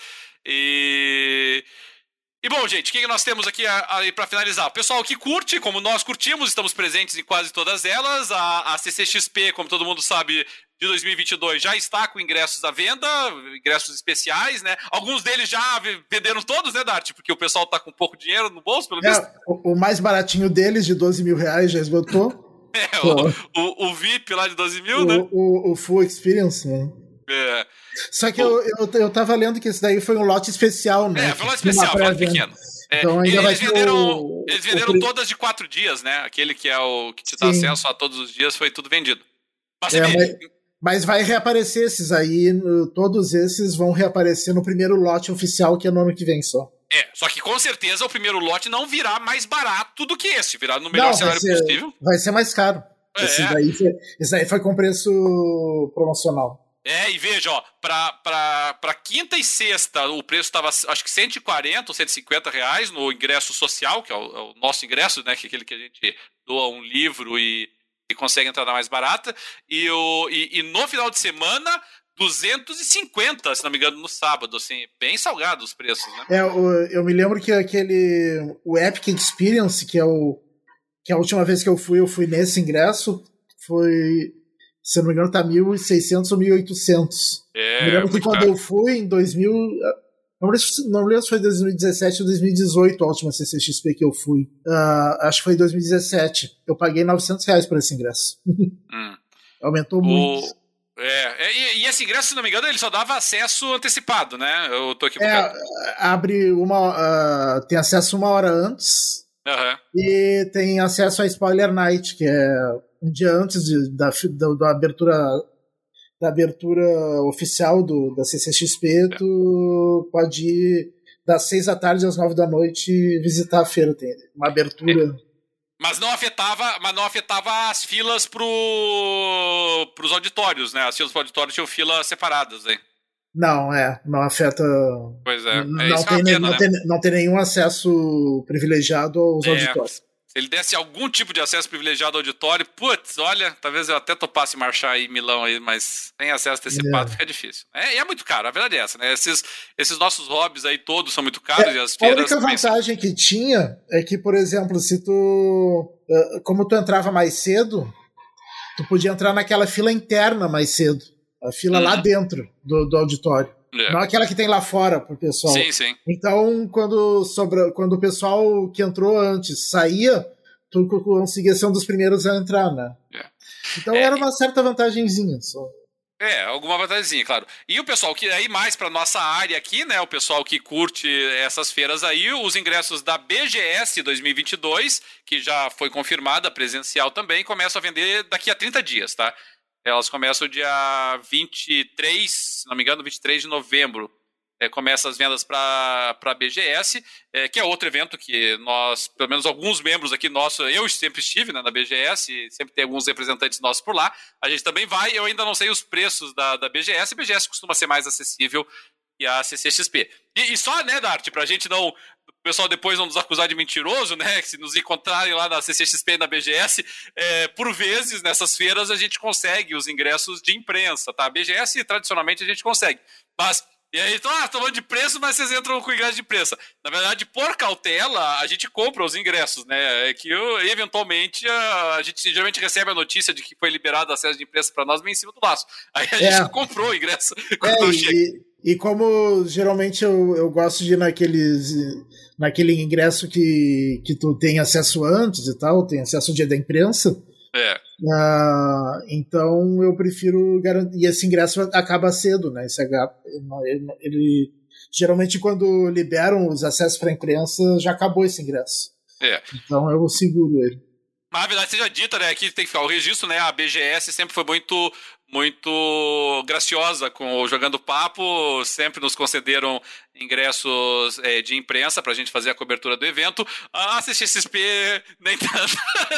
E bom, gente, o que nós temos aqui aí para finalizar? O pessoal que curte, como nós curtimos, estamos presentes em quase todas elas. A CCXP, como todo mundo sabe, de 2022 já está com ingressos à venda, ingressos especiais, né? Alguns deles já venderam todos, né, Dart? Porque o pessoal tá com pouco dinheiro no bolso, pelo visto. O mais baratinho deles, de 12 mil reais, já esgotou. O VIP lá de 12 mil, né? O Full Experience, né? Só que eu tava lendo que esse daí foi um lote especial, né? Foi um lote especial, foi um lote pequeno. Então eles venderam todas de 4 dias, né? Aquele que é o que te dá acesso a todos os dias, foi tudo vendido. Mas vai reaparecer esses aí, todos esses vão reaparecer no primeiro lote oficial, que é no ano que vem só. Só que com certeza o primeiro lote não virá mais barato do que esse, virá no melhor cenário possível. Vai ser mais caro. Esse daí foi com preço promocional. E veja, ó, pra quinta e sexta o preço estava, acho que 140 ou 150 reais no ingresso social, que é o nosso ingresso, né, que é aquele que a gente doa um livro e consegue entrar na mais barata, e no final de semana 250, se não me engano, no sábado, assim, bem salgado os preços, né? Eu me lembro que o Epic Experience, que a última vez que eu fui nesse ingresso, foi, se não me engano, tá 1.600 ou 1.800. Me lembro que quando eu fui em 2000, não lembro se foi 2017 ou 2018 a última CCXP que eu fui. Acho que foi 2017. Eu paguei 900 reais por esse ingresso. Aumentou muito. E esse ingresso, se não me engano, ele só dava acesso antecipado, né? Eu tô aqui abre tem acesso 1 hora antes E tem acesso a Spoiler Night, que é um dia antes da abertura oficial da CCXP. Tu pode ir das 6 da tarde às 9 da noite e visitar a feira. Tem uma abertura. Mas não afetava as filas pros auditórios, né? As filas pro auditório tinham filas separadas, hein? Não afeta. Pois é. Não tem nenhum acesso privilegiado aos auditórios. Se ele desse algum tipo de acesso privilegiado ao auditório, putz, olha, talvez eu até topasse marchar em Milão aí, mas sem acesso antecipado fica difícil. E é muito caro, a verdade é essa, né? Esses nossos hobbies aí todos são muito caros e as feiras... A única vantagem que tinha é que, por exemplo, como tu entrava mais cedo, tu podia entrar naquela fila interna mais cedo. A fila lá dentro do auditório. Não aquela que tem lá fora pro pessoal. Sim. Então, quando o pessoal que entrou antes saía, tu conseguia ser um dos primeiros a entrar, né? Então era uma certa vantagenzinha só. Alguma vantagemzinha, claro. E o pessoal que aí mais pra nossa área aqui, né? O pessoal que curte essas feiras aí, os ingressos da BGS 2022, que já foi confirmada, presencial também, começam a vender daqui a 30 dias, tá? Elas começam dia 23, se não me engano, 23 de novembro. Começam as vendas para a BGS, que é outro evento que nós, pelo menos alguns membros aqui nossos, eu sempre estive, né, na BGS, sempre tem alguns representantes nossos por lá. A gente também vai, eu ainda não sei os preços da BGS. A BGS costuma ser mais acessível que a CCXP. E só, né, Dart, pra gente não... O pessoal depois não nos acusar de mentiroso, né? Que se nos encontrarem lá na CCXP e na BGS, por vezes, nessas feiras, a gente consegue os ingressos de imprensa, tá? A BGS, tradicionalmente, a gente consegue. Mas, e aí, estão falando de preço, mas vocês entram com ingresso de imprensa. Na verdade, por cautela, a gente compra os ingressos, né? É que, eventualmente, a gente geralmente recebe a notícia de que foi liberado o acesso de imprensa para nós, bem em cima do laço. Aí a gente comprou o ingresso quando chega. E como geralmente eu gosto de ir naquele ingresso que tu tem acesso antes e tal, tem acesso ao dia da imprensa, então eu prefiro garantir. E esse ingresso acaba cedo, né? Ele geralmente quando liberam os acessos para a imprensa já acabou esse ingresso. Então eu seguro ele. Mas a verdade seja dita, né? Aqui tem que ficar o registro, né? A BGS sempre foi muito graciosa com o Jogando Papo, sempre nos concederam ingressos de imprensa pra gente fazer a cobertura do evento. A CCXP nem tanto.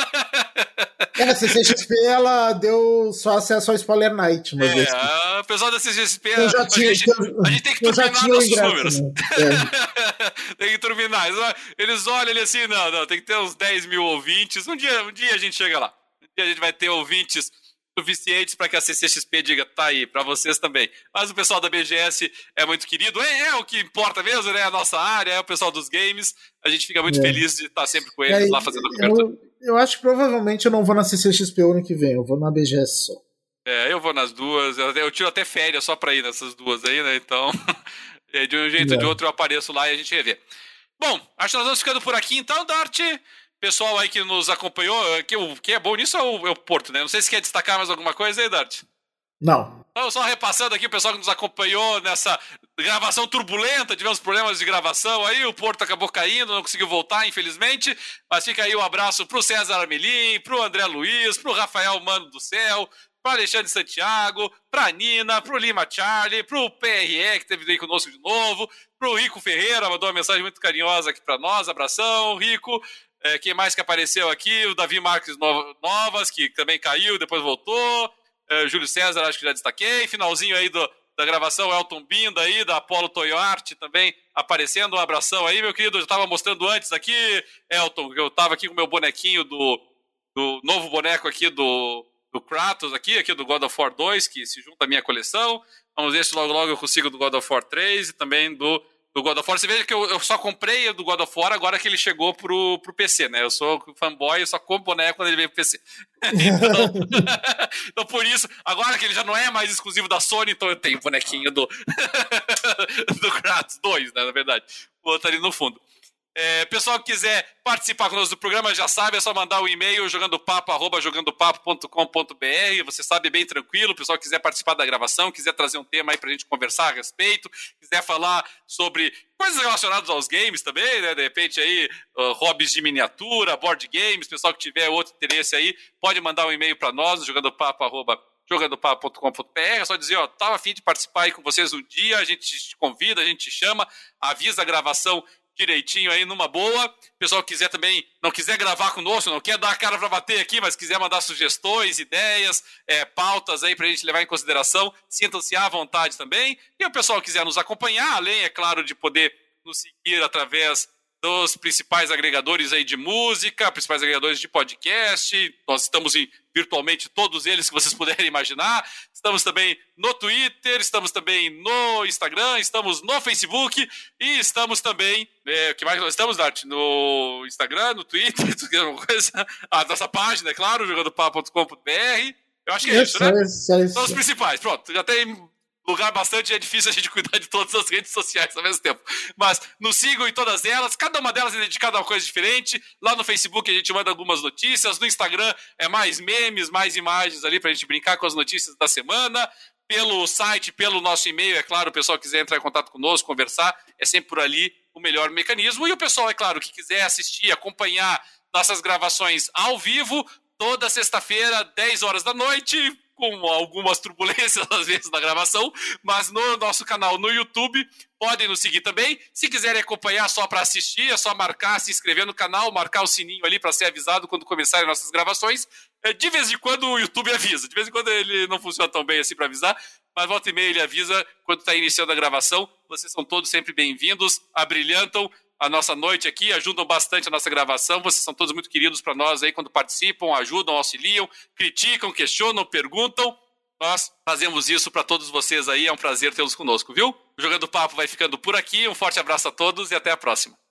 A CCXP ela deu só acesso ao Spoiler Night uma vez. O pessoal da CCXP a gente tem que turbinar nossos números. Né? Tem que turbinar. Eles olham assim, não, tem que ter uns 10 mil ouvintes. Um dia a gente chega lá. Um dia a gente vai ter ouvintes suficientes para que a CCXP diga, tá aí, para vocês também. Mas o pessoal da BGS é muito querido, é o que importa mesmo, né? A nossa área, é o pessoal dos games. A gente fica muito feliz de estar sempre com eles lá fazendo a cobertura. Eu acho que provavelmente eu não vou na CCXP o ano que vem, eu vou na BGS só. Eu vou nas duas, eu tiro até férias só para ir nessas duas aí, né? Então, de um jeito ou de outro eu apareço lá e a gente revê. Bom, acho que nós vamos ficando por aqui então, Dart. Pessoal aí que nos acompanhou, o que é bom nisso é o Porto, né? Não sei se quer destacar mais alguma coisa aí, Dart. Não. Então, só repassando aqui o pessoal que nos acompanhou nessa gravação turbulenta, tivemos problemas de gravação aí, o Porto acabou caindo, não conseguiu voltar, infelizmente, mas fica aí um abraço pro César Armelin, pro André Luiz, pro Rafael Mano do Céu, pro Alexandre Santiago, pra Nina, pro Lima Charlie, pro PRE, que teve aí conosco de novo, pro Rico Ferreira, mandou uma mensagem muito carinhosa aqui pra nós, abração, Rico. Quem mais que apareceu aqui? O Davi Marques Novas, que também caiu, depois voltou. Júlio César, acho que já destaquei. Finalzinho aí da gravação, Elton Binda aí, da Apollo Toyarte também aparecendo. Um abração aí, meu querido. Eu já estava mostrando antes aqui, Elton, eu estava aqui com o meu bonequinho do novo boneco aqui do Kratos, aqui do God of War 2, que se junta à minha coleção. Vamos ver se logo eu consigo do God of War 3 e também do God of War. Você veja que eu só comprei do God of War agora que ele chegou pro PC, né? Eu sou fanboy, eu só compro boneco quando ele veio pro PC. Então, por isso, agora que ele já não é mais exclusivo da Sony, então eu tenho bonequinho do Kratos 2, né? Na verdade. O outro ali no fundo. Pessoal que quiser participar conosco do programa, já sabe, é só mandar um e-mail jogandopapo@jogandopapo.com.br. Você sabe, bem tranquilo. O pessoal que quiser participar da gravação, quiser trazer um tema aí pra gente conversar a respeito, quiser falar sobre coisas relacionadas aos games também, né? De repente aí, hobbies de miniatura, board games, pessoal que tiver outro interesse aí, pode mandar um e-mail pra nós, jogandopapo@jogandopapo.com.br. É só dizer, tava a fim de participar aí com vocês um dia, a gente te convida, a gente te chama, avisa a gravação direitinho aí, numa boa. O pessoal que quiser também, não quiser gravar conosco, não quer dar a cara pra bater aqui, mas quiser mandar sugestões, ideias, pautas aí pra gente levar em consideração, sintam-se à vontade também. E o pessoal que quiser nos acompanhar, além, é claro, de poder nos seguir através dos principais agregadores aí de música, principais agregadores de podcast. Nós estamos em virtualmente todos eles que vocês puderem imaginar. Estamos também no Twitter, estamos também no Instagram, estamos no Facebook e estamos também... o que mais nós estamos, Dart? No Instagram, no Twitter, alguma coisa? A nossa página, é claro, jogandopapo.com.br. Eu acho que é isso, né? São os principais. Pronto, já tem... lugar bastante, é difícil a gente cuidar de todas as redes sociais ao mesmo tempo. Mas nos sigam em todas elas, cada uma delas é dedicada a uma coisa diferente. Lá no Facebook a gente manda algumas notícias, no Instagram é mais memes, mais imagens ali pra gente brincar com as notícias da semana. Pelo site, pelo nosso e-mail, é claro, o pessoal que quiser entrar em contato conosco, conversar, é sempre por ali o melhor mecanismo. E o pessoal, é claro, que quiser assistir, acompanhar nossas gravações ao vivo, toda sexta-feira, 10 horas da noite, com algumas turbulências às vezes na gravação, mas no nosso canal no YouTube, podem nos seguir também. Se quiserem acompanhar só para assistir, é só marcar, se inscrever no canal, marcar o sininho ali para ser avisado quando começarem nossas gravações. De vez em quando o YouTube avisa, de vez em quando ele não funciona tão bem assim para avisar, mas volta e meia ele avisa quando está iniciando a gravação. Vocês são todos sempre bem-vindos, abrilhantam a nossa noite aqui, ajudam bastante a nossa gravação. Vocês são todos muito queridos para nós aí quando participam, ajudam, auxiliam, criticam, questionam, perguntam. Nós fazemos isso para todos vocês aí, é um prazer tê-los conosco, viu? O Jogando Papo vai ficando por aqui, um forte abraço a todos e até a próxima.